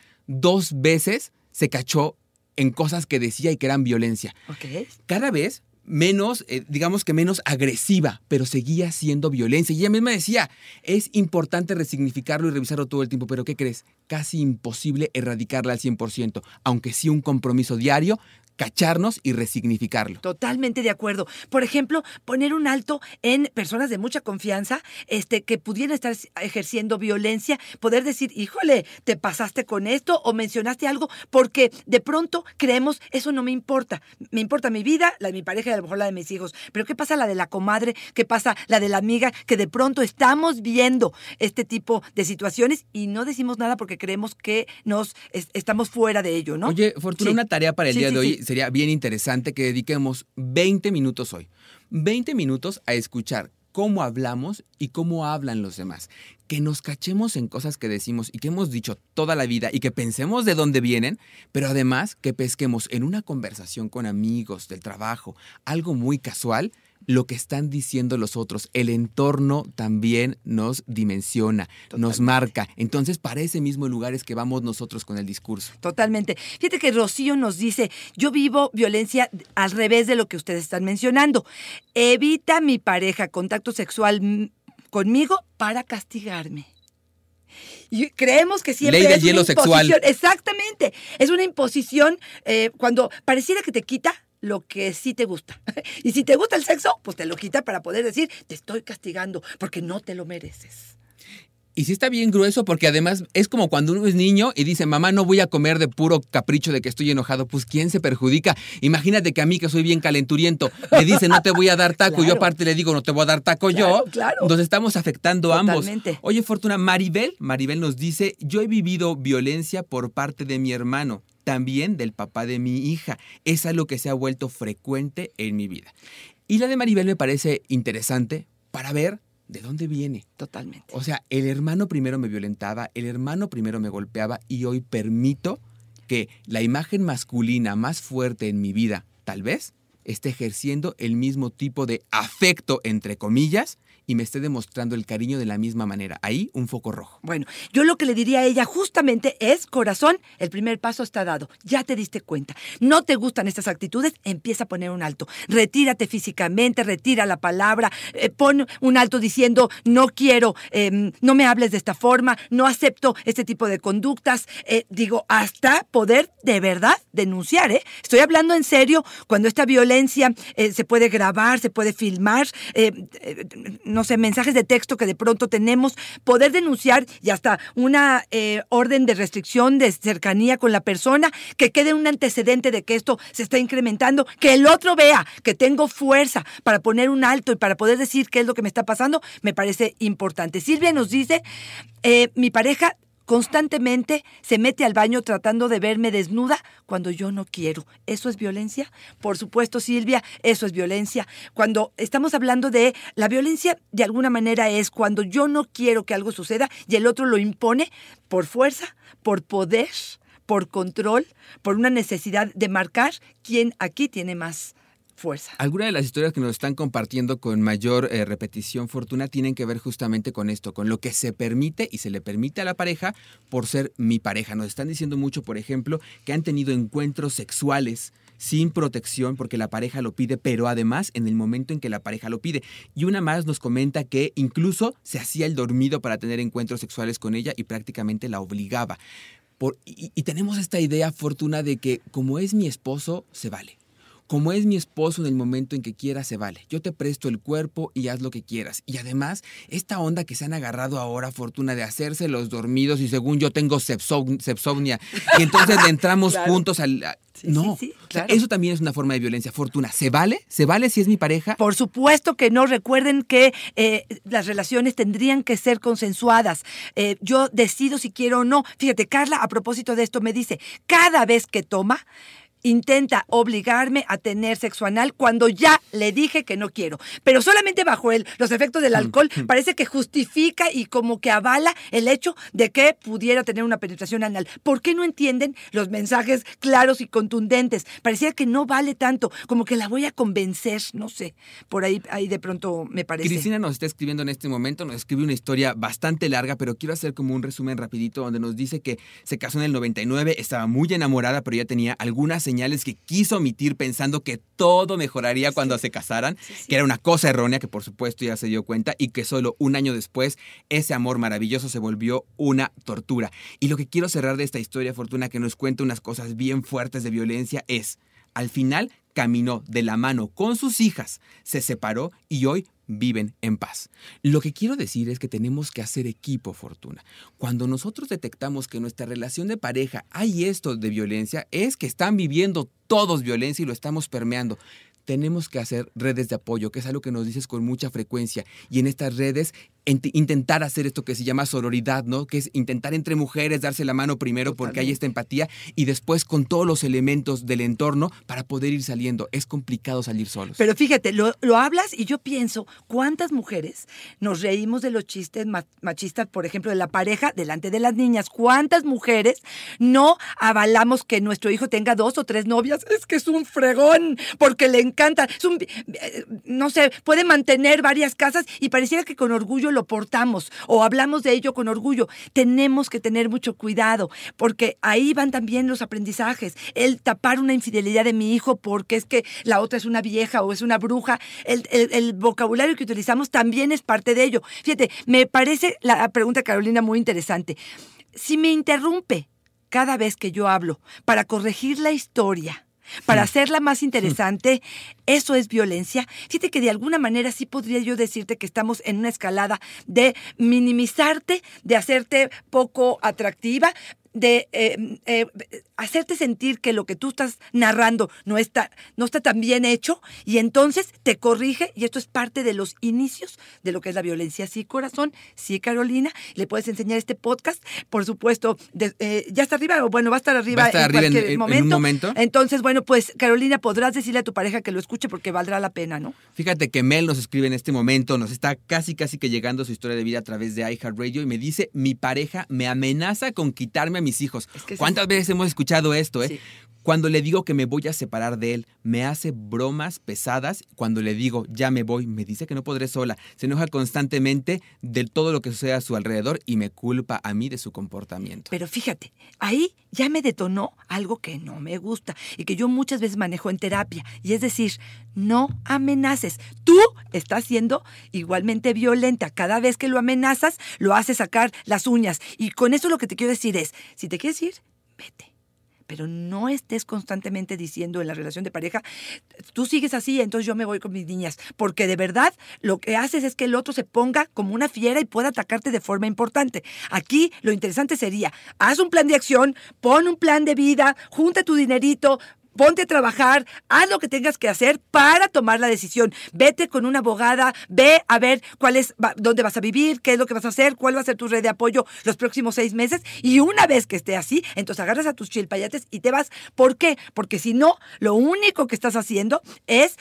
2 veces se cachó en cosas que decía y que eran violencia. Okay. Cada vez menos, digamos que menos agresiva, pero seguía siendo violencia. Y ella misma decía, es importante resignificarlo y revisarlo todo el tiempo. Pero ¿qué crees? Casi imposible erradicarla al 100%, aunque sí un compromiso diario, cacharnos y resignificarlo. Totalmente de acuerdo. Por ejemplo, poner un alto en personas de mucha confianza que pudieran estar ejerciendo violencia, poder decir, híjole, te pasaste con esto o mencionaste algo, porque de pronto creemos, eso no me importa. Me importa mi vida, la de mi pareja y a lo mejor la de mis hijos. Pero ¿qué pasa la de la comadre? ¿Qué pasa la de la amiga? Que de pronto estamos viendo este tipo de situaciones y no decimos nada porque creemos que estamos fuera de ello, ¿no? Oye, Fortuna, sí. Una tarea para el día de hoy. Sí. Sería bien interesante que dediquemos 20 minutos hoy. 20 minutos a escuchar cómo hablamos y cómo hablan los demás. Que nos cachemos en cosas que decimos y que hemos dicho toda la vida y que pensemos de dónde vienen, pero además que pesquemos en una conversación con amigos del trabajo, algo muy casual, lo que están diciendo los otros. El entorno también nos dimensiona, nos marca. Entonces, para ese mismo lugar es que vamos nosotros con el discurso. Totalmente. Fíjate que Rocío nos dice, yo vivo violencia al revés de lo que ustedes están mencionando. Evita mi pareja contacto sexual conmigo para castigarme. Y creemos que siempre ley del es hielo una imposición. sexual. Exactamente. Es una imposición cuando pareciera que te quita lo que sí te gusta. Y si te gusta el sexo, pues te lo quita para poder decir, te estoy castigando porque no te lo mereces. Y sí está bien grueso porque además es como cuando uno es niño y dice, mamá, no voy a comer de puro capricho de que estoy enojado. Pues ¿quién se perjudica? Imagínate que a mí, que soy bien calenturiento, me dice, no te voy a dar taco. Claro. Yo aparte le digo, no te voy a dar taco yo. Claro. Entonces estamos afectando Totalmente. ambos. Oye, Fortuna, Maribel nos dice, yo he vivido violencia por parte de mi hermano, también del papá de mi hija. Es algo que se ha vuelto frecuente en mi vida. Y la de Maribel me parece interesante para ver ¿de dónde viene? Totalmente. O sea, el hermano primero me violentaba, el hermano primero me golpeaba y hoy permito que la imagen masculina más fuerte en mi vida, tal vez, esté ejerciendo el mismo tipo de afecto, entre comillas, y me esté demostrando el cariño de la misma manera. Ahí un foco rojo. Bueno, yo lo que le diría a ella justamente es, corazón, el primer paso está dado. Ya te diste cuenta. No te gustan estas actitudes, empieza a poner un alto. Retírate físicamente, retira la palabra, pon un alto diciendo, no quiero, no me hables de esta forma, no acepto este tipo de conductas. Hasta poder de verdad denunciar, ¿eh? Estoy hablando en serio, cuando esta violencia se puede grabar, se puede filmar, no sé, mensajes de texto que de pronto tenemos, poder denunciar y hasta una orden de restricción de cercanía con la persona, que quede un antecedente de que esto se está incrementando, que el otro vea que tengo fuerza para poner un alto y para poder decir qué es lo que me está pasando, me parece importante. Silvia nos dice, mi pareja constantemente se mete al baño tratando de verme desnuda cuando yo no quiero. ¿Eso es violencia? Por supuesto, Silvia, eso es violencia. Cuando estamos hablando de la violencia, de alguna manera es cuando yo no quiero que algo suceda y el otro lo impone por fuerza, por poder, por control, por una necesidad de marcar quién aquí tiene más fuerza. Algunas de las historias que nos están compartiendo con mayor repetición, Fortuna, tienen que ver justamente con esto, con lo que se permite y se le permite a la pareja por ser mi pareja. Nos están diciendo mucho, por ejemplo, que han tenido encuentros sexuales sin protección porque la pareja lo pide, pero además en el momento en que la pareja lo pide. Y una más nos comenta que incluso se hacía el dormido para tener encuentros sexuales con ella y prácticamente la obligaba. Y tenemos esta idea, Fortuna, de que como es mi esposo, se vale. Como es mi esposo, en el momento en que quiera, se vale. Yo te presto el cuerpo y haz lo que quieras. Y además, esta onda que se han agarrado ahora, Fortuna, de hacerse los dormidos y según yo tengo sepsomnia, y entonces le entramos claro. Juntos al... No, sí, claro. O sea, eso también es una forma de violencia. Fortuna, ¿se vale? ¿Se vale si es mi pareja? Por supuesto que no. Recuerden que las relaciones tendrían que ser consensuadas. Yo decido si quiero o no. Fíjate, Carla, a propósito de esto, me dice, cada vez que toma, intenta obligarme a tener sexo anal cuando ya le dije que no quiero. Pero solamente bajo los efectos del alcohol parece que justifica y como que avala el hecho de que pudiera tener una penetración anal. ¿Por qué no entienden los mensajes claros y contundentes? Parecía que no vale tanto, como que la voy a convencer, no sé. Por ahí de pronto me parece. Cristina nos está escribiendo en este momento, nos escribe una historia bastante larga, pero quiero hacer como un resumen rapidito donde nos dice que se casó en el 99, estaba muy enamorada, pero ya tenía algunas señales que quiso omitir pensando que todo mejoraría cuando se casaran, que era una cosa errónea, que por supuesto ya se dio cuenta y que solo un año después ese amor maravilloso se volvió una tortura. Y lo que quiero cerrar de esta historia, Fortuna, que nos cuenta unas cosas bien fuertes de violencia es, al final caminó de la mano con sus hijas, se separó y hoy viven en paz. Lo que quiero decir es que tenemos que hacer equipo, Fortuna. Cuando nosotros detectamos que en nuestra relación de pareja hay esto de violencia, es que están viviendo todos violencia y lo estamos permeando. Tenemos que hacer redes de apoyo, que es algo que nos dices con mucha frecuencia. Y en estas redes, intentar hacer esto que se llama sororidad, ¿no? Que es intentar entre mujeres darse la mano primero porque hay esta empatía y después con todos los elementos del entorno para poder ir saliendo. Es complicado salir solos. Pero fíjate, lo hablas y yo pienso, ¿cuántas mujeres nos reímos de los chistes machistas, por ejemplo, de la pareja delante de las niñas? ¿Cuántas mujeres no avalamos que nuestro hijo tenga 2 o 3 novias? Es que es un fregón, porque le encanta. Es no sé, puede mantener varias casas y pareciera que con orgullo lo portamos o hablamos de ello con orgullo. Tenemos que tener mucho cuidado porque ahí van también los aprendizajes. El tapar una infidelidad de mi hijo porque es que la otra es una vieja o es una bruja. El vocabulario que utilizamos también es parte de ello. Fíjate, me parece la pregunta de Carolina muy interesante. Si me interrumpe cada vez que yo hablo para corregir la historia, para hacerla más interesante, ¿eso es violencia? Fíjate que de alguna manera sí podría yo decirte que estamos en una escalada de minimizarte, de hacerte poco atractiva, de hacerte sentir que lo que tú estás narrando no está tan bien hecho y entonces te corrige y esto es parte de los inicios de lo que es la violencia. Sí, corazón, sí, Carolina, le puedes enseñar este podcast, por supuesto, ya está arriba, o bueno, va a estar arriba en cualquier momento. En un momento. Entonces, bueno, pues Carolina, podrás decirle a tu pareja que lo escuche porque valdrá la pena, ¿no? Fíjate que Mel nos escribe en este momento, nos está casi que llegando su historia de vida a través de iHeartRadio y me dice, mi pareja me amenaza con quitarme a mis hijos. Es que ¿cuántas veces hemos escuchado esto, Sí. Cuando le digo que me voy a separar de él, me hace bromas pesadas. Cuando le digo ya me voy, me dice que no podré sola. Se enoja constantemente de todo lo que sucede a su alrededor y me culpa a mí de su comportamiento. Pero fíjate, ahí ya me detonó algo que no me gusta y que yo muchas veces manejo en terapia. Y es decir, no amenaces. Tú estás siendo igualmente violenta. Cada vez que lo amenazas, lo haces sacar las uñas. Y con eso lo que te quiero decir es, si te quieres ir, vete. Pero no estés constantemente diciendo en la relación de pareja, tú sigues así, entonces yo me voy con mis niñas. Porque de verdad lo que haces es que el otro se ponga como una fiera y pueda atacarte de forma importante. Aquí lo interesante sería, haz un plan de acción, pon un plan de vida, junta tu dinerito, ponte a trabajar, haz lo que tengas que hacer para tomar la decisión. Vete con una abogada, ve a ver dónde vas a vivir, qué es lo que vas a hacer, cuál va a ser tu red de apoyo los próximos 6 meses. Y una vez que esté así, entonces agarras a tus chilpayates y te vas. ¿Por qué? Porque si no, lo único que estás haciendo es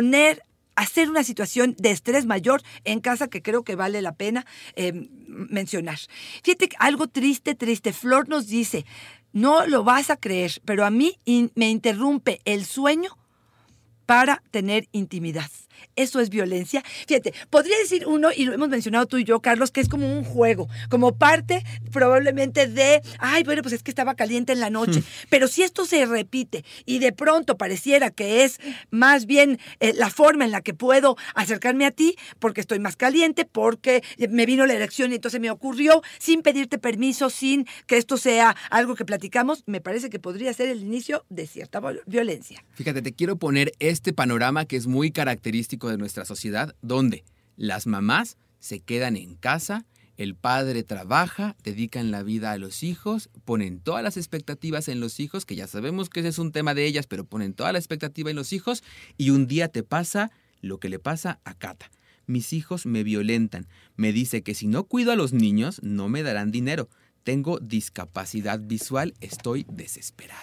hacer una situación de estrés mayor en casa que creo que vale la pena mencionar. Fíjate, algo triste. Flor nos dice, no lo vas a creer, pero a mí me interrumpe el sueño para tener intimidad. Eso es violencia. Fíjate, podría decir uno, y lo hemos mencionado tú y yo, Carlos, que es como un juego, como parte probablemente de, pues es que estaba caliente en la noche. Pero si esto se repite y de pronto pareciera que es más bien la forma en la que puedo acercarme a ti, porque estoy más caliente, porque me vino la erección y entonces me ocurrió, sin pedirte permiso, sin que esto sea algo que platicamos, me parece que podría ser el inicio de cierta violencia. Fíjate, te quiero poner este panorama que es muy característico de nuestra sociedad, donde las mamás se quedan en casa, el padre trabaja, dedican la vida a los hijos, ponen todas las expectativas en los hijos, que ya sabemos que ese es un tema de ellas, pero ponen toda la expectativa en los hijos y un día te pasa lo que le pasa a Cata. Mis hijos me violentan, me dice que si no cuido a los niños no me darán dinero, tengo discapacidad visual, estoy desesperada.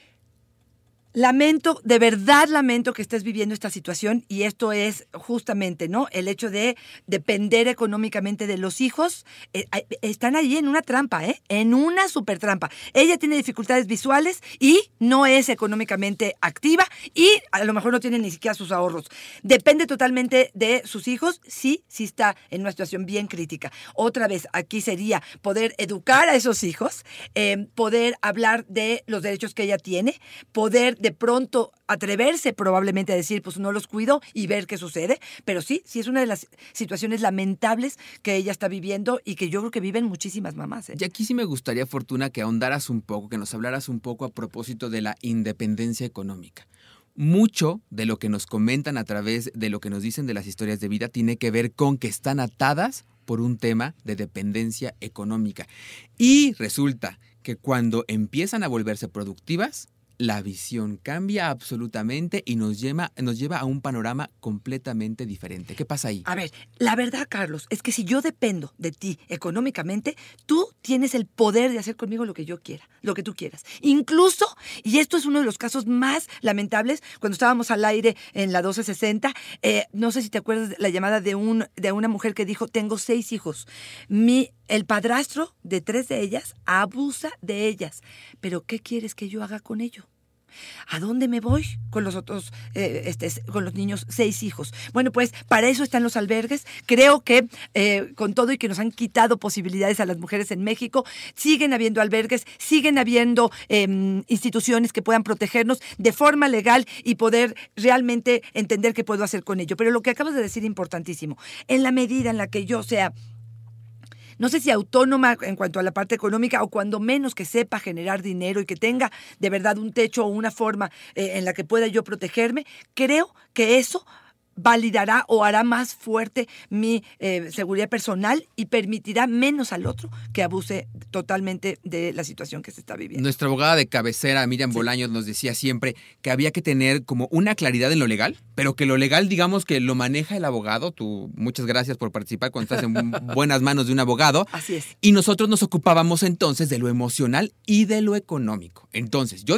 Lamento, de verdad lamento que estés viviendo esta situación y esto es justamente, ¿no? El hecho de depender económicamente de los hijos. Están allí en una trampa, en una súper trampa. Ella tiene dificultades visuales y no es económicamente activa y a lo mejor no tiene ni siquiera sus ahorros. Depende totalmente de sus hijos, sí está en una situación bien crítica. Otra vez, aquí sería poder educar a esos hijos, poder hablar de los derechos que ella tiene, poder de pronto atreverse probablemente a decir, pues no los cuido y ver qué sucede, pero sí es una de las situaciones lamentables que ella está viviendo y que yo creo que viven muchísimas mamás. Y aquí sí me gustaría, Fortuna, que ahondaras un poco, que nos hablaras un poco a propósito de la independencia económica. Mucho de lo que nos comentan a través de lo que nos dicen de las historias de vida tiene que ver con que están atadas por un tema de dependencia económica. Y resulta que cuando empiezan a volverse productivas, la visión cambia absolutamente y nos lleva a un panorama completamente diferente. ¿Qué pasa ahí? A ver, la verdad, Carlos, es que si yo dependo de ti económicamente, tú tienes el poder de hacer conmigo lo que yo quiera, lo que tú quieras. Incluso, y esto es uno de los casos más lamentables, cuando estábamos al aire en la 1260, no sé si te acuerdas de la llamada de una mujer que dijo, tengo 6 hijos. El padrastro de 3 de ellas abusa de ellas. ¿Pero qué quieres que yo haga con ello? ¿A dónde me voy con los otros, con los niños, 6 hijos? Bueno, pues para eso están los albergues. Creo que con todo y que nos han quitado posibilidades a las mujeres en México, siguen habiendo albergues, siguen habiendo instituciones que puedan protegernos de forma legal y poder realmente entender qué puedo hacer con ello. Pero lo que acabas de decir es importantísimo. En la medida en la que yo sea, no sé si autónoma en cuanto a la parte económica o cuando menos que sepa generar dinero y que tenga de verdad un techo o una forma en la que pueda yo protegerme, creo que eso validará o hará más fuerte mi seguridad personal y permitirá menos al otro que abuse totalmente de la situación que se está viviendo. Nuestra abogada de cabecera, Miriam Bolaños, nos decía siempre que había que tener como una claridad en lo legal, pero que lo legal, digamos, que lo maneja el abogado. Tú, muchas gracias por participar cuando estás en buenas manos de un abogado. Así es. Y nosotros nos ocupábamos entonces de lo emocional y de lo económico. Entonces, yo digo,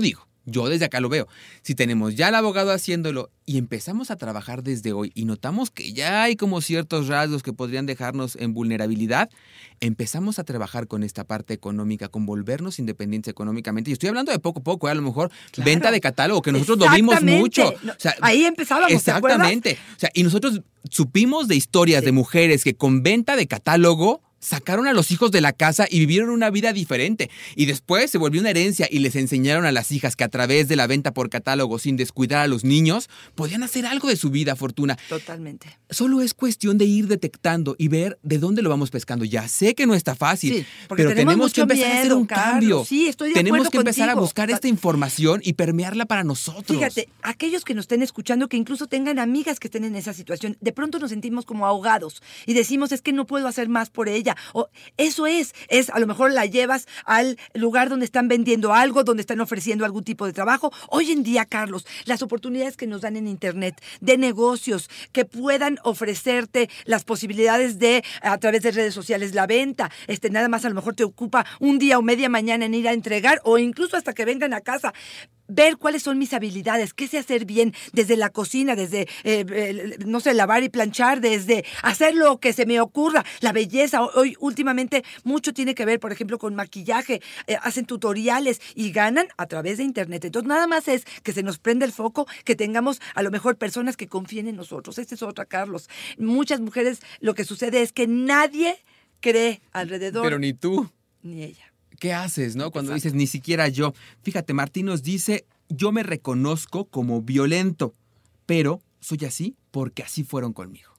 Yo desde acá lo veo. Si tenemos ya al abogado haciéndolo y empezamos a trabajar desde hoy y notamos que ya hay como ciertos rasgos que podrían dejarnos en vulnerabilidad, empezamos a trabajar con esta parte económica, con volvernos independientes económicamente. Y estoy hablando de poco a poco, a lo mejor venta de catálogo, que nosotros lo vimos mucho. O sea, ahí empezábamos, exactamente. ¿Te acuerdas? O sea, y nosotros supimos de historias de mujeres que con venta de catálogo sacaron a los hijos de la casa y vivieron una vida diferente. Y después se volvió una herencia y les enseñaron a las hijas que a través de la venta por catálogo, sin descuidar a los niños, podían hacer algo de su vida, Fortuna. Totalmente. Solo es cuestión de ir detectando y ver de dónde lo vamos pescando. Ya sé que no está fácil, porque pero tenemos que empezar a hacer un cambio. Sí, estoy de tenemos acuerdo que empezar contigo. A buscar esta información y permearla para nosotros. Fíjate, aquellos que nos estén escuchando, que incluso tengan amigas que estén en esa situación, de pronto nos sentimos como ahogados y decimos, es que no puedo hacer más por ella. O eso es a lo mejor la llevas al lugar donde están vendiendo algo, donde están ofreciendo algún tipo de trabajo. Hoy en día, Carlos, las oportunidades que nos dan en Internet de negocios que puedan ofrecerte las posibilidades de, a través de redes sociales, la venta, nada más a lo mejor te ocupa un día o media mañana en ir a entregar o incluso hasta que vengan a casa. Ver cuáles son mis habilidades, qué sé hacer bien desde la cocina, desde, no sé, lavar y planchar, desde hacer lo que se me ocurra, la belleza. Hoy últimamente mucho tiene que ver, por ejemplo, con maquillaje, hacen tutoriales y ganan a través de Internet. Entonces nada más es que se nos prenda el foco, que tengamos a lo mejor personas que confíen en nosotros. Esta es otra, Carlos. Muchas mujeres lo que sucede es que nadie cree alrededor. Pero ni tú. Ni ella. ¿Qué haces, no? Cuando Exacto. dices, ni siquiera yo. Fíjate, Martín nos dice, yo me reconozco como violento, pero soy así porque así fueron conmigo.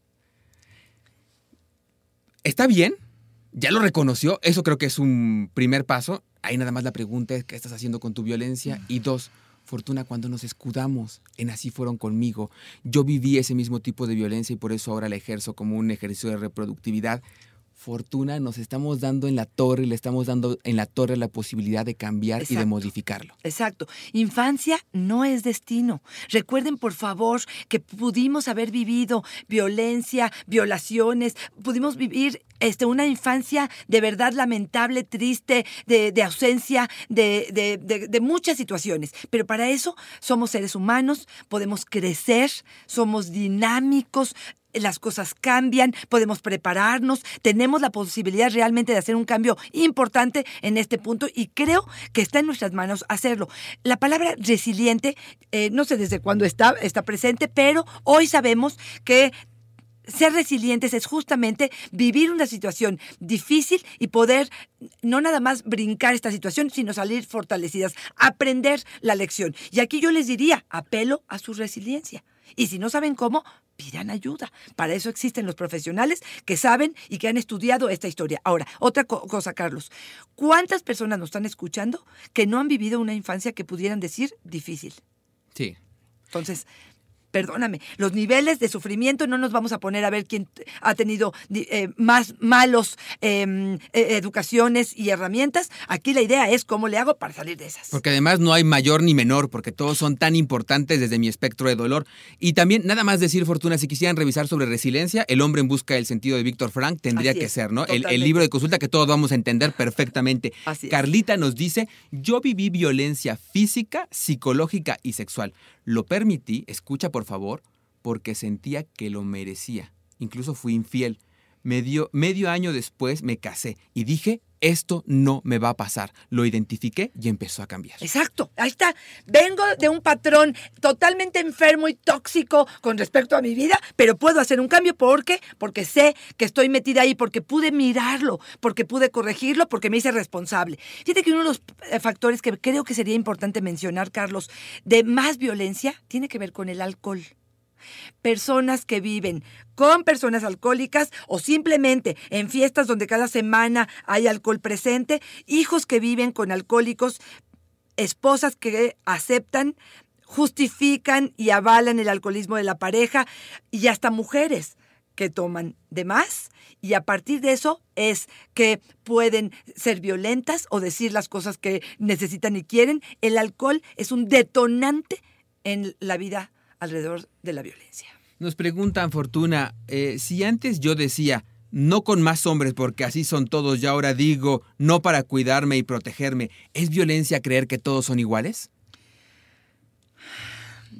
¿Está bien? ¿Ya lo reconoció? Eso creo que es un primer paso. Ahí nada más la pregunta es, ¿qué estás haciendo con tu violencia? Y 2, Fortuna, cuando nos escudamos en así fueron conmigo, yo viví ese mismo tipo de violencia y por eso ahora la ejerzo como un ejercicio de reproductividad. Fortuna, nos estamos dando en la torre, le estamos dando en la torre la posibilidad de cambiar y de modificarlo. Exacto. Infancia no es destino. Recuerden, por favor, que pudimos haber vivido violencia, violaciones, pudimos vivir una infancia de verdad lamentable, triste, de ausencia, de muchas situaciones. Pero para eso somos seres humanos, podemos crecer, somos dinámicos, las cosas cambian, podemos prepararnos, tenemos la posibilidad realmente de hacer un cambio importante en este punto y creo que está en nuestras manos hacerlo. La palabra resiliente, no sé desde cuándo está presente, pero hoy sabemos que ser resilientes es justamente vivir una situación difícil y poder no nada más brincar esta situación, sino salir fortalecidas, aprender la lección. Y aquí yo les diría, apelo a su resiliencia. Y si no saben cómo, pidan ayuda. Para eso existen los profesionales que saben y que han estudiado esta historia. Ahora, otra cosa, Carlos. ¿Cuántas personas nos están escuchando que no han vivido una infancia que pudieran decir difícil? Sí. Entonces, perdóname, los niveles de sufrimiento no nos vamos a poner a ver quién ha tenido más malos educaciones y herramientas. Aquí la idea es cómo le hago para salir de esas. Porque además no hay mayor ni menor, porque todos son tan importantes desde mi espectro de dolor. Y también, nada más decir, Fortuna, si quisieran revisar sobre resiliencia, El hombre en busca del sentido de Víctor Frank tendría que ser, ¿no? El libro de consulta que todos vamos a entender perfectamente. Así es. Carlita nos dice, yo viví violencia física, psicológica y sexual. Lo permití, escucha por favor, porque sentía que lo merecía. Incluso fui infiel. Medio año después me casé y dije, esto no me va a pasar. Lo identifiqué y empezó a cambiar. Exacto, ahí está. Vengo de un patrón totalmente enfermo y tóxico con respecto a mi vida, pero puedo hacer un cambio. ¿Por qué? Porque sé que estoy metida ahí, porque pude mirarlo, porque pude corregirlo, porque me hice responsable. Fíjate que uno de los factores que creo que sería importante mencionar, Carlos, de más violencia, tiene que ver con el alcohol. Personas que viven con personas alcohólicas o simplemente en fiestas donde cada semana hay alcohol presente, hijos que viven con alcohólicos, esposas que aceptan, justifican y avalan el alcoholismo de la pareja y hasta mujeres que toman de más y a partir de eso es que pueden ser violentas o decir las cosas que necesitan y quieren. El alcohol es un detonante en la vida alrededor de la violencia. Nos preguntan, Fortuna, si antes yo decía, no con más hombres porque así son todos, y ahora digo, no para cuidarme y protegerme, ¿es violencia creer que todos son iguales?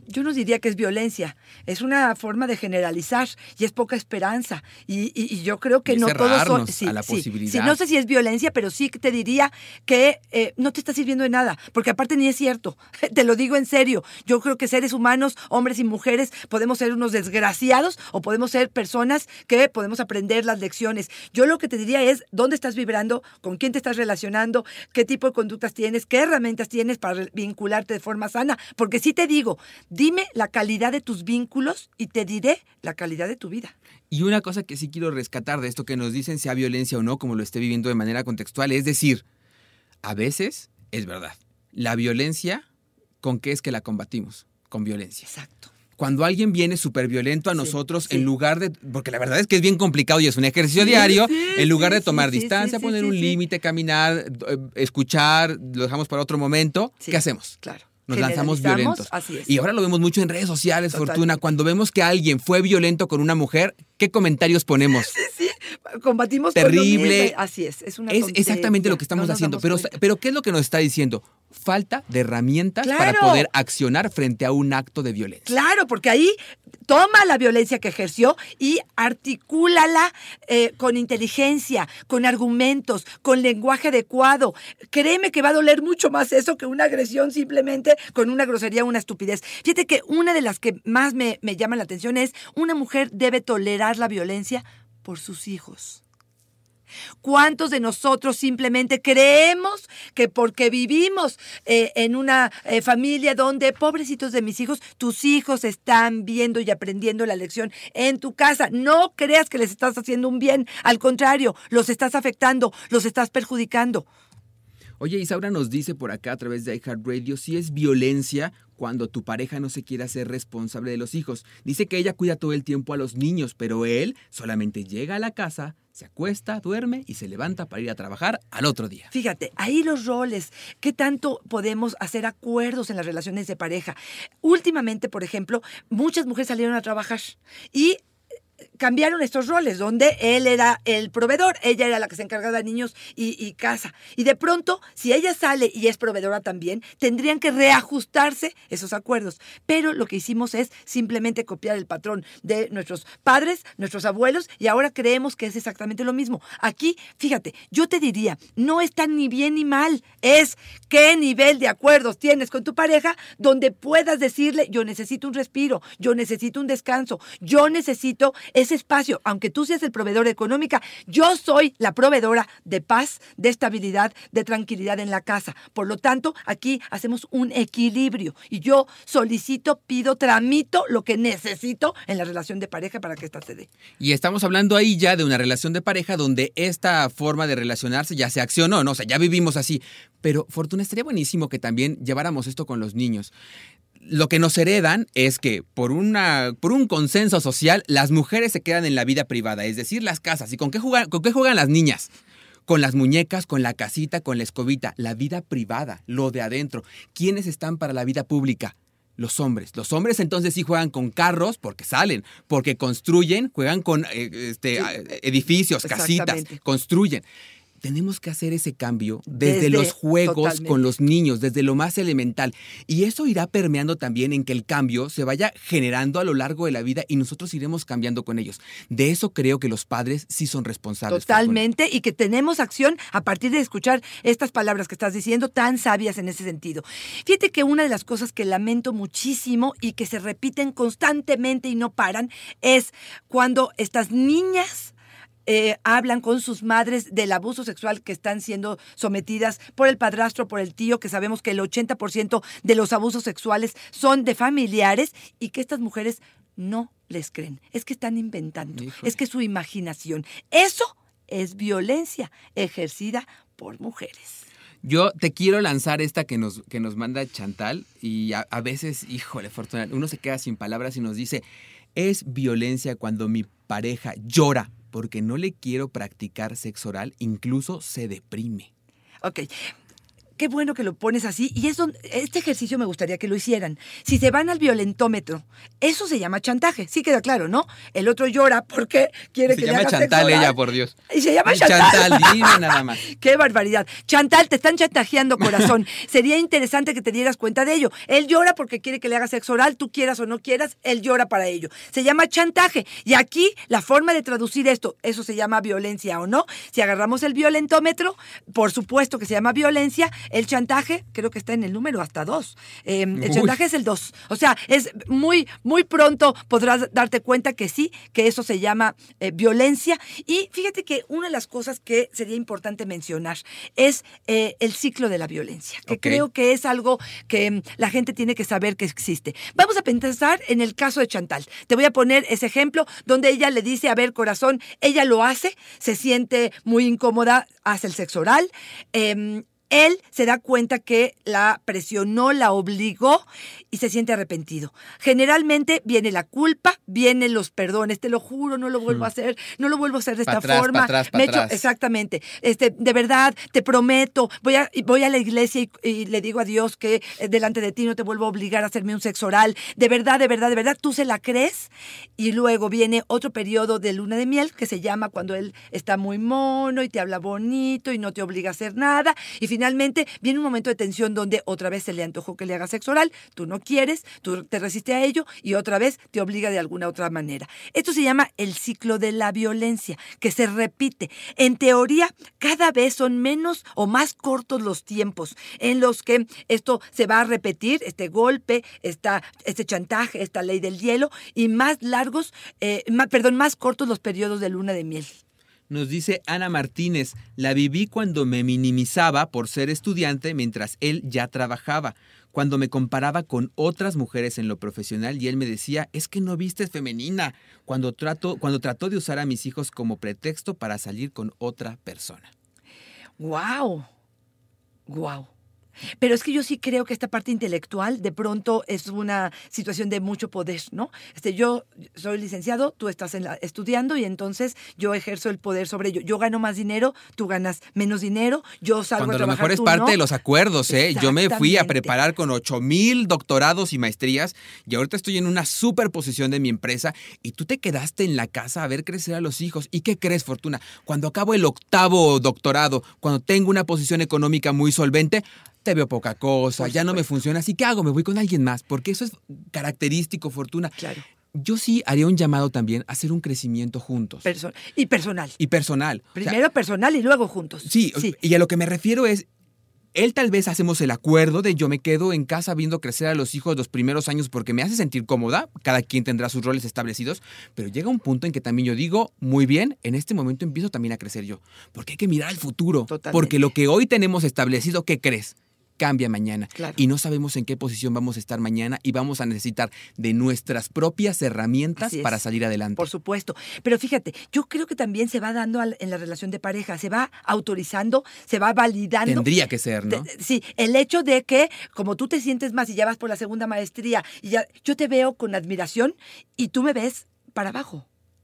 Yo no diría que es violencia, es una forma de generalizar y es poca esperanza. Y yo creo que y no todos son... a la posibilidad. Sí, no sé si es violencia, pero sí te diría que no te está sirviendo de nada, porque aparte ni es cierto, te lo digo en serio. Yo creo que seres humanos, hombres y mujeres, podemos ser unos desgraciados o podemos ser personas que podemos aprender las lecciones. Yo lo que te diría es dónde estás vibrando, con quién te estás relacionando, qué tipo de conductas tienes, qué herramientas tienes para vincularte de forma sana, porque sí te digo, dime la calidad de tus vínculos y te diré la calidad de tu vida. Y una cosa que sí quiero rescatar de esto que nos dicen, sea violencia o no, como lo esté viviendo de manera contextual, es decir, a veces es verdad. La violencia, ¿con qué es que la combatimos? Con violencia. Exacto. Cuando alguien viene súper violento a nosotros, en lugar de... Porque la verdad es que es bien complicado y es un ejercicio diario. En lugar de tomar distancia, poner un límite, caminar, escuchar, lo dejamos para otro momento, ¿qué hacemos? Claro. Nos lanzamos violentos. Así es. Y ahora lo vemos mucho en redes sociales, Totalmente. Fortuna. Cuando vemos que alguien fue violento con una mujer, ¿qué comentarios ponemos? Sí, combatimos terrible. Con lo mismo. Así es una Es tontería. exactamente lo que estamos haciendo. Pero ¿qué es lo que nos está diciendo? Falta de herramientas para Claro. poder accionar frente a un acto de violencia. Claro, porque ahí toma la violencia que ejerció y articúlala con inteligencia, con argumentos, con lenguaje adecuado. Créeme que va a doler mucho más eso que una agresión simplemente con una grosería o una estupidez. Fíjate que una de las que más me llama la atención es una mujer debe tolerar la violencia por sus hijos. ¿Cuántos de nosotros simplemente creemos que porque vivimos en una familia donde, pobrecitos de mis hijos, tus hijos están viendo y aprendiendo la lección en tu casa? No creas que les estás haciendo un bien, al contrario, los estás afectando, los estás perjudicando. Oye, Isaura nos dice por acá a través de iHeartRadio si es violencia cuando tu pareja no se quiere hacer responsable de los hijos. Dice que ella cuida todo el tiempo a los niños, pero él solamente llega a la casa, se acuesta, duerme y se levanta para ir a trabajar al otro día. Fíjate, ahí los roles, ¿qué tanto podemos hacer acuerdos en las relaciones de pareja? Últimamente, por ejemplo, muchas mujeres salieron a trabajar y cambiaron estos roles, donde él era el proveedor, ella era la que se encargaba de niños y casa. Y de pronto, si ella sale y es proveedora también, tendrían que reajustarse esos acuerdos. Pero lo que hicimos es simplemente copiar el patrón de nuestros padres, nuestros abuelos, y ahora creemos que es exactamente lo mismo. Aquí, fíjate, yo te diría, no está ni bien ni mal, es qué nivel de acuerdos tienes con tu pareja donde puedas decirle, yo necesito un respiro, yo necesito un descanso, yo necesito ese espacio, aunque tú seas el proveedor económica, yo soy la proveedora de paz, de estabilidad, de tranquilidad en la casa. Por lo tanto, aquí hacemos un equilibrio y yo solicito, pido, tramito lo que necesito en la relación de pareja para que esta se dé. Y estamos hablando ahí ya de una relación de pareja donde esta forma de relacionarse ya se accionó, ¿no? O sea, ya vivimos así. Pero, Fortuna, estaría buenísimo que también lleváramos esto con los niños. Lo que nos heredan es que por un consenso social, las mujeres se quedan en la vida privada, es decir, las casas. ¿Y con qué juegan las niñas? Con las muñecas, con la casita, con la escobita. La vida privada, lo de adentro. ¿Quiénes están para la vida pública? Los hombres. Los hombres entonces sí juegan con carros porque salen, porque construyen, juegan con edificios, casitas, construyen. Tenemos que hacer ese cambio desde los juegos totalmente. Con los niños, desde lo más elemental. Y eso irá permeando también en que el cambio se vaya generando a lo largo de la vida y nosotros iremos cambiando con ellos. De eso creo que los padres sí son responsables. Totalmente, y que tenemos acción a partir de escuchar estas palabras que estás diciendo, tan sabias en ese sentido. Fíjate que una de las cosas que lamento muchísimo y que se repiten constantemente y no paran es cuando estas niñas hablan con sus madres del abuso sexual que están siendo sometidas por el padrastro, por el tío, que sabemos que el 80% de los abusos sexuales son de familiares y que estas mujeres no les creen. Es que están inventando, es que su imaginación. Eso es violencia ejercida por mujeres. Yo te quiero lanzar esta que nos manda Chantal y a veces, híjole, Fortuna, uno se queda sin palabras y nos dice, es violencia cuando mi pareja llora porque no le quiero practicar sexo oral, incluso se deprime. Ok. qué bueno que lo pones así. Y este ejercicio me gustaría que lo hicieran. Si se van al violentómetro, eso se llama chantaje. Sí queda claro, ¿no? El otro llora porque quiere que le hagas sexo oral. Se llama Chantal ella, por Dios. Y se llama Chantal. Chantal, dime nada más. Qué barbaridad. Chantal, te están chantajeando, corazón. Sería interesante que te dieras cuenta de ello. Él llora porque quiere que le hagas sexo oral, tú quieras o no quieras, él llora para ello. Se llama chantaje. Y aquí la forma de traducir esto, eso se llama violencia o no. Si agarramos el violentómetro, por supuesto que se llama violencia. El chantaje, creo que está en el número hasta 2. El chantaje es el 2. O sea, es muy, muy pronto podrás darte cuenta que sí, que eso se llama violencia. Y fíjate que una de las cosas que sería importante mencionar es el ciclo de la violencia, que creo que es algo que la gente tiene que saber que existe. Vamos a pensar en el caso de Chantal. Te voy a poner ese ejemplo donde ella le dice, a ver, corazón, ella lo hace, se siente muy incómoda, hace el sexo oral, él se da cuenta que la presionó, la obligó y se siente arrepentido. Generalmente viene la culpa, vienen los perdones. Te lo juro, no lo vuelvo a hacer, no lo vuelvo a hacer de esta forma. Para atrás. Exactamente. De verdad, te prometo, voy a la iglesia y le digo a Dios que delante de ti no te vuelvo a obligar a hacerme un sexo oral. De verdad, tú se la crees. Y luego viene otro periodo de luna de miel que se llama cuando él está muy mono y te habla bonito y no te obliga a hacer nada. Y finalmente viene un momento de tensión donde otra vez se le antojó que le haga sexo oral, tú no quieres, tú te resistes a ello y otra vez te obliga de alguna otra manera. Esto se llama el ciclo de la violencia, que se repite. En teoría, cada vez son menos o más cortos los tiempos en los que esto se va a repetir, este golpe, este chantaje, esta ley del hielo, y más cortos los periodos de luna de miel. Nos dice Ana Martínez, la viví cuando me minimizaba por ser estudiante mientras él ya trabajaba, cuando me comparaba con otras mujeres en lo profesional y él me decía, es que no vistes femenina, cuando trató de usar a mis hijos como pretexto para salir con otra persona. ¡Guau! Pero es que yo sí creo que esta parte intelectual de pronto es una situación de mucho poder, ¿no? Yo soy licenciado, tú estás estudiando y entonces yo ejerzo el poder sobre ello. Yo gano más dinero, tú ganas menos dinero, yo salgo cuando a trabajar, a lo mejor es parte de los acuerdos, ¿eh? Yo me fui a preparar con 8,000 doctorados y maestrías y ahorita estoy en una superposición de mi empresa y tú te quedaste en la casa a ver crecer a los hijos. ¿Y qué crees, Fortuna? Cuando acabo el 8º doctorado, cuando tengo una posición económica muy solvente, te veo poca cosa, ya no me funciona, así que hago, me voy con alguien más, porque eso es característico, Fortuna. Claro. Yo sí haría un llamado también a hacer un crecimiento juntos. Y personal. Primero personal y luego juntos. Sí, y a lo que me refiero es, él tal vez hacemos el acuerdo de yo me quedo en casa viendo crecer a los hijos los primeros años porque me hace sentir cómoda, cada quien tendrá sus roles establecidos, pero llega un punto en que también yo digo, muy bien, en este momento empiezo también a crecer yo, porque hay que mirar al futuro. Totalmente. Porque lo que hoy tenemos establecido, ¿qué crees? Cambia mañana. Claro. Y no sabemos en qué posición vamos a estar mañana y vamos a necesitar de nuestras propias herramientas para salir adelante. Por supuesto. Pero fíjate, yo creo que también se va dando en la relación de pareja, se va autorizando, se va validando. Tendría que ser, ¿no? Sí, el hecho de que como tú te sientes más y ya vas por la segunda maestría, y ya, yo te veo con admiración y tú me ves para abajo.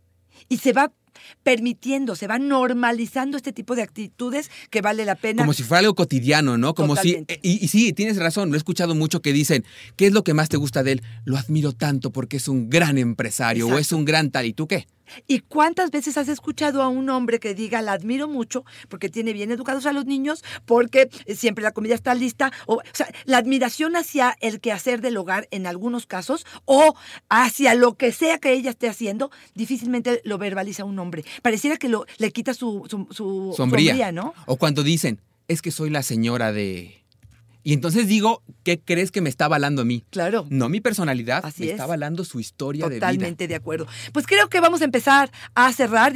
Y se va permitiendo, se va normalizando este tipo de actitudes que vale la pena. Como si fuera algo cotidiano, ¿no? Como Totalmente. Y sí, tienes razón, lo he escuchado mucho que dicen, ¿qué es lo que más te gusta de él? Lo admiro tanto porque es un gran empresario. Exacto. O es un gran tal, ¿y tú qué? ¿Y cuántas veces has escuchado a un hombre que diga, la admiro mucho porque tiene bien educados a los niños, porque siempre la comida está lista? O sea, la admiración hacia el quehacer del hogar en algunos casos o hacia lo que sea que ella esté haciendo, difícilmente lo verbaliza un hombre. Pareciera que le quita su sombría, ¿no? O cuando dicen, es que soy la señora de... Y entonces digo, ¿qué crees que me está avalando a mí? Claro. No mi personalidad, Así me está avalando su historia de vida. Totalmente de acuerdo. Pues creo que vamos a empezar a cerrar,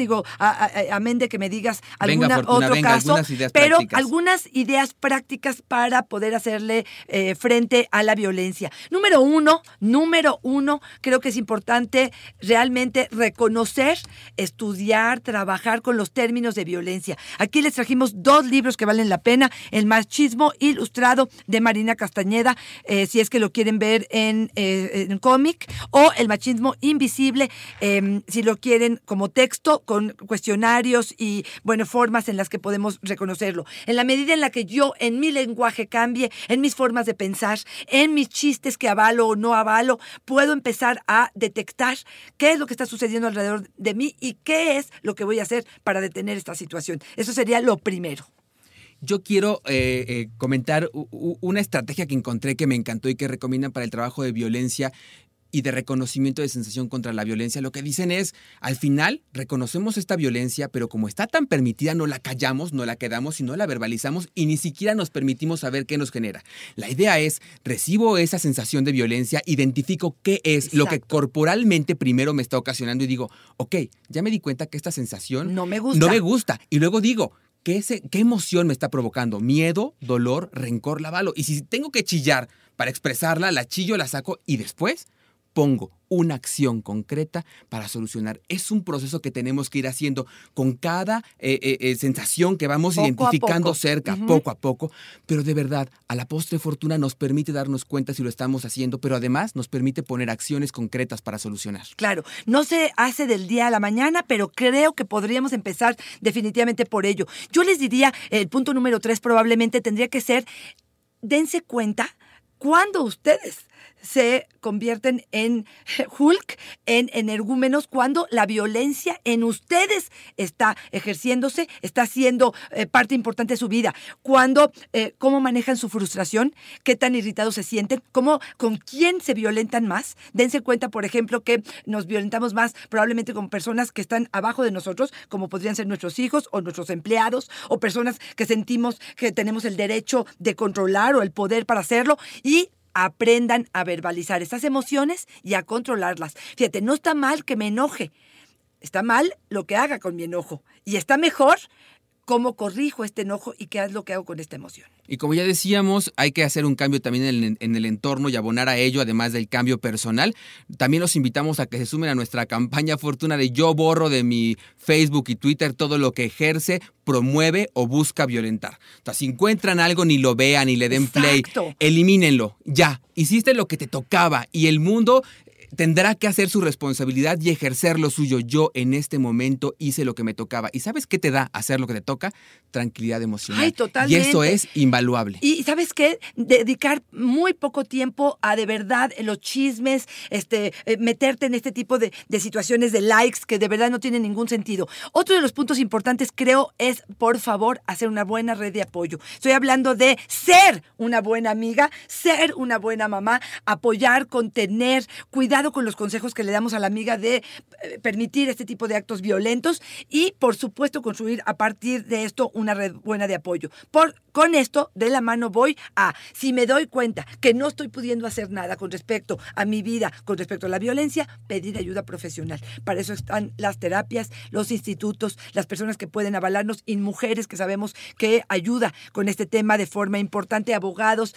amén de que me digas otro caso, pero prácticas. Algunas ideas prácticas para poder hacerle frente a la violencia. Número uno, creo que es importante realmente reconocer, estudiar, trabajar con los términos de violencia. Aquí les trajimos 2 libros que valen la pena, El machismo ilustrado de Marina Castañeda, si es que lo quieren ver en cómic, o El machismo invisible, si lo quieren como texto, con cuestionarios y, bueno, formas en las que podemos reconocerlo. En la medida en la que yo en mi lenguaje cambie, en mis formas de pensar, en mis chistes que avalo o no avalo, puedo empezar a detectar qué es lo que está sucediendo alrededor de mí y qué es lo que voy a hacer para detener esta situación. Eso sería lo primero. Yo quiero comentar una estrategia que encontré que me encantó y que recomiendan para el trabajo de violencia y de reconocimiento de sensación contra la violencia. Lo que dicen es, al final reconocemos esta violencia, pero como está tan permitida, no la callamos, no la quedamos y no la verbalizamos y ni siquiera nos permitimos saber qué nos genera. La idea es, recibo esa sensación de violencia, identifico qué es lo que corporalmente primero me está ocasionando y digo, ok, ya me di cuenta que esta sensación no me gusta. Y luego digo, ¿qué emoción me está provocando? Miedo, dolor, rencor, la avalo. Y si tengo que chillar para expresarla, la chillo, la saco y después pongo una acción concreta para solucionar. Es un proceso que tenemos que ir haciendo con cada sensación que vamos identificando cerca, poco a poco, pero de verdad, a la postre fortuna nos permite darnos cuenta si lo estamos haciendo, pero además nos permite poner acciones concretas para solucionar. Claro, no se hace del día a la mañana, pero creo que podríamos empezar definitivamente por ello. Yo les diría, el punto número 3 probablemente tendría que ser, dense cuenta cuando ustedes se convierten en Hulk, en energúmenos, cuando la violencia en ustedes está ejerciéndose, está siendo parte importante de su vida. Cuando, cómo manejan su frustración, qué tan irritados se sienten, con quién se violentan más. Dense cuenta, por ejemplo, que nos violentamos más probablemente con personas que están abajo de nosotros, como podrían ser nuestros hijos o nuestros empleados, o personas que sentimos que tenemos el derecho de controlar o el poder para hacerlo, y aprendan a verbalizar estas emociones y a controlarlas. Fíjate, no está mal que me enoje, está mal lo que haga con mi enojo, y está mejor cómo corrijo este enojo y qué es lo que hago con esta emoción. Y como ya decíamos, hay que hacer un cambio también en el entorno y abonar a ello, además del cambio personal. También los invitamos a que se sumen a nuestra campaña Fortuna de Yo borro de mi Facebook y Twitter todo lo que ejerce, promueve o busca violentar. Entonces, si encuentran algo, ni lo vean, ni le den play, elimínenlo. Ya, hiciste lo que te tocaba y el mundo tendrá que hacer su responsabilidad y ejercer lo suyo. Yo en este momento hice lo que me tocaba. ¿Y sabes qué te da hacer lo que te toca? Tranquilidad emocional. Ay, totalmente. Y eso es invaluable. Y ¿sabes qué? Dedicar muy poco tiempo a de verdad los chismes, meterte en este tipo de situaciones de likes que de verdad no tienen ningún sentido. Otro de los puntos importantes, creo, es, por favor, hacer una buena red de apoyo. Estoy hablando de ser una buena amiga, ser una buena mamá, apoyar, contener, cuidar con los consejos que le damos a la amiga de permitir este tipo de actos violentos y, por supuesto, construir a partir de esto una red buena de apoyo. Con esto, de la mano voy a, si me doy cuenta que no estoy pudiendo hacer nada con respecto a mi vida, con respecto a la violencia, pedir ayuda profesional. Para eso están las terapias, los institutos, las personas que pueden avalarnos y mujeres que sabemos que ayuda con este tema de forma importante, abogados,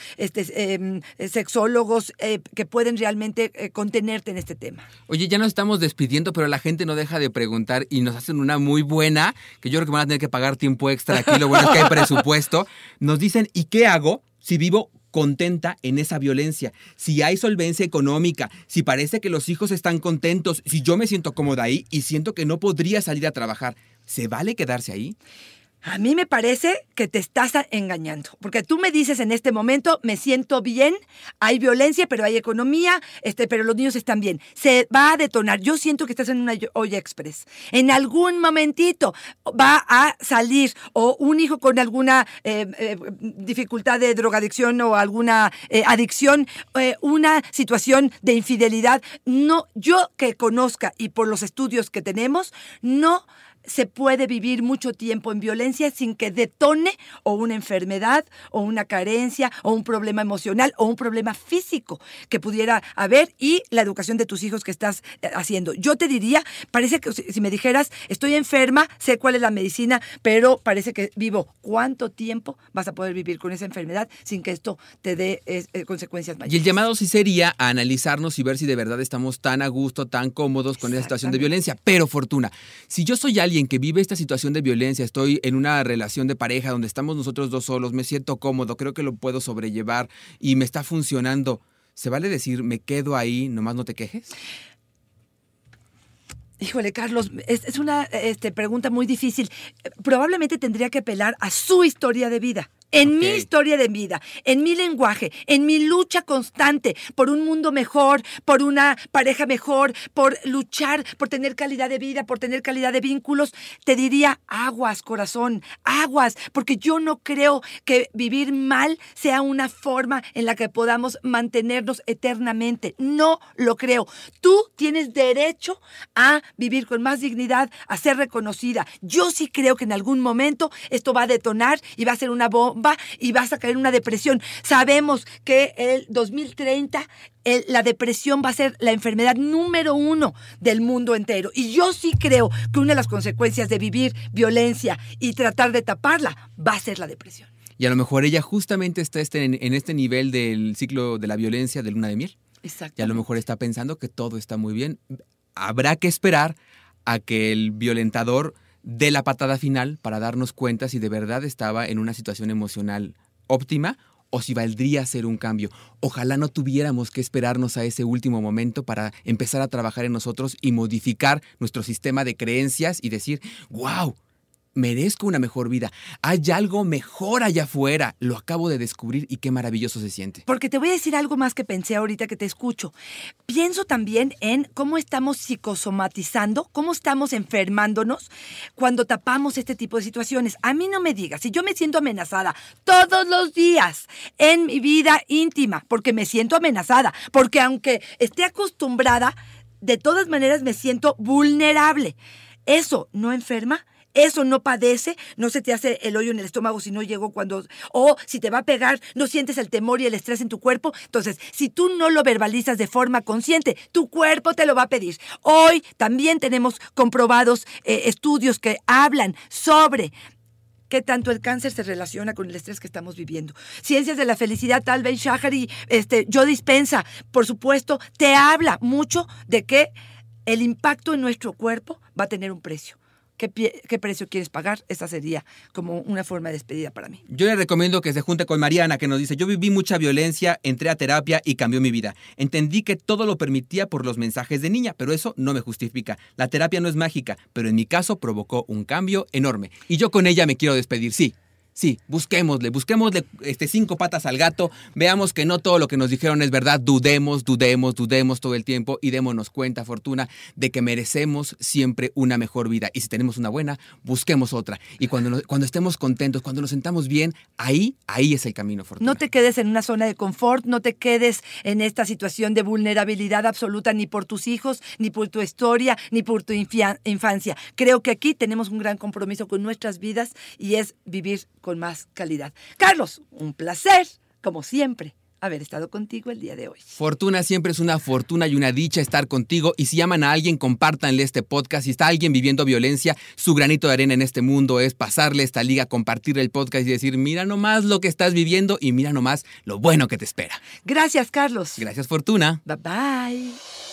sexólogos que pueden realmente contener en este tema. Oye, ya nos estamos despidiendo, pero la gente no deja de preguntar y nos hacen una muy buena, que yo creo que van a tener que pagar tiempo extra aquí, lo bueno es que hay presupuesto. Nos dicen, ¿y qué hago si vivo contenta en esa violencia? Si hay solvencia económica, si parece que los hijos están contentos, si yo me siento cómoda ahí y siento que no podría salir a trabajar, ¿se vale quedarse ahí? A mí me parece que te estás engañando, porque tú me dices en este momento, me siento bien, hay violencia, pero hay economía, pero los niños están bien. Se va a detonar. Yo siento que estás en una olla express. En algún momentito va a salir o un hijo con alguna dificultad de drogadicción o alguna adicción, una situación de infidelidad. No, yo que conozca y por los estudios que tenemos, no se puede vivir mucho tiempo en violencia sin que detone o una enfermedad o una carencia o un problema emocional o un problema físico que pudiera haber, y la educación de tus hijos que estás haciendo. Yo te diría, parece que si me dijeras, estoy enferma, sé cuál es la medicina, pero parece que vivo. ¿Cuánto tiempo vas a poder vivir con esa enfermedad sin que esto te dé consecuencias mayores? Y el llamado sí sería a analizarnos y ver si de verdad estamos tan a gusto, tan cómodos con esa situación de violencia. Pero, Fortuna, si yo soy alguien alguien que vive esta situación de violencia, estoy en una relación de pareja donde estamos nosotros dos solos, me siento cómodo, creo que lo puedo sobrellevar y me está funcionando, ¿se vale decir me quedo ahí, nomás no te quejes? Híjole, Carlos, es una pregunta muy difícil. Probablemente tendría que apelar a su historia de vida. En mi historia de vida, en mi lenguaje, en mi lucha constante por un mundo mejor, por una pareja mejor, por luchar, por tener calidad de vida, por tener calidad de vínculos, te diría aguas, corazón, aguas, porque yo no creo que vivir mal sea una forma en la que podamos mantenernos eternamente. No lo creo. Tú tienes derecho a vivir con más dignidad, a ser reconocida. Yo sí creo que en algún momento esto va a detonar y va a ser una bomba y vas a caer en una depresión. Sabemos que el 2030 la depresión va a ser la enfermedad número 1 del mundo entero. Y yo sí creo que una de las consecuencias de vivir violencia y tratar de taparla va a ser la depresión. Y a lo mejor ella justamente está en este nivel del ciclo de la violencia de luna de miel. Exacto. Y a lo mejor está pensando que todo está muy bien. Habrá que esperar a que el violentador dé la patada final para darnos cuenta si de verdad estaba en una situación emocional óptima o si valdría hacer un cambio. Ojalá no tuviéramos que esperarnos a ese último momento para empezar a trabajar en nosotros y modificar nuestro sistema de creencias y decir, ¡wow! Merezco una mejor vida. Hay algo mejor allá afuera. Lo acabo de descubrir y qué maravilloso se siente. Porque te voy a decir algo más que pensé ahorita que te escucho. Pienso también en cómo estamos psicosomatizando, cómo estamos enfermándonos cuando tapamos este tipo de situaciones. A mí no me digas, si yo me siento amenazada todos los días en mi vida íntima, porque me siento amenazada, porque aunque esté acostumbrada, de todas maneras me siento vulnerable. ¿Eso no enferma? Eso no padece, no se te hace el hoyo en el estómago si no llegó cuando... O si te va a pegar, no sientes el temor y el estrés en tu cuerpo. Entonces, si tú no lo verbalizas de forma consciente, tu cuerpo te lo va a pedir. Hoy también tenemos comprobados estudios que hablan sobre qué tanto el cáncer se relaciona con el estrés que estamos viviendo. Ciencias de la Felicidad, Tal Ben-Shahar y Joe Dispenza, por supuesto, te habla mucho de que el impacto en nuestro cuerpo va a tener un precio. ¿Qué precio quieres pagar? Esa sería como una forma de despedida para mí. Yo le recomiendo que se junte con Mariana, que nos dice, yo viví mucha violencia, entré a terapia y cambió mi vida. Entendí que todo lo permitía por los mensajes de niña, pero eso no me justifica. La terapia no es mágica, pero en mi caso provocó un cambio enorme. Y yo con ella me quiero despedir, sí. Sí, busquémosle 5 patas al gato, veamos que no todo lo que nos dijeron es verdad, dudemos todo el tiempo y démonos cuenta, Fortuna, de que merecemos siempre una mejor vida. Y si tenemos una buena, busquemos otra. Y cuando estemos contentos, cuando nos sentamos bien, ahí es el camino, Fortuna. No te quedes en una zona de confort, no te quedes en esta situación de vulnerabilidad absoluta ni por tus hijos, ni por tu historia, ni por tu infancia. Creo que aquí tenemos un gran compromiso con nuestras vidas y es vivir con más calidad. Carlos, un placer, como siempre, haber estado contigo el día de hoy. Fortuna, siempre es una fortuna y una dicha estar contigo. Y si aman a alguien, compártanle este podcast. Si está alguien viviendo violencia, su granito de arena en este mundo es pasarle esta liga, compartirle el podcast y decir, mira nomás lo que estás viviendo y mira nomás lo bueno que te espera. Gracias, Carlos. Gracias, Fortuna. Bye, bye.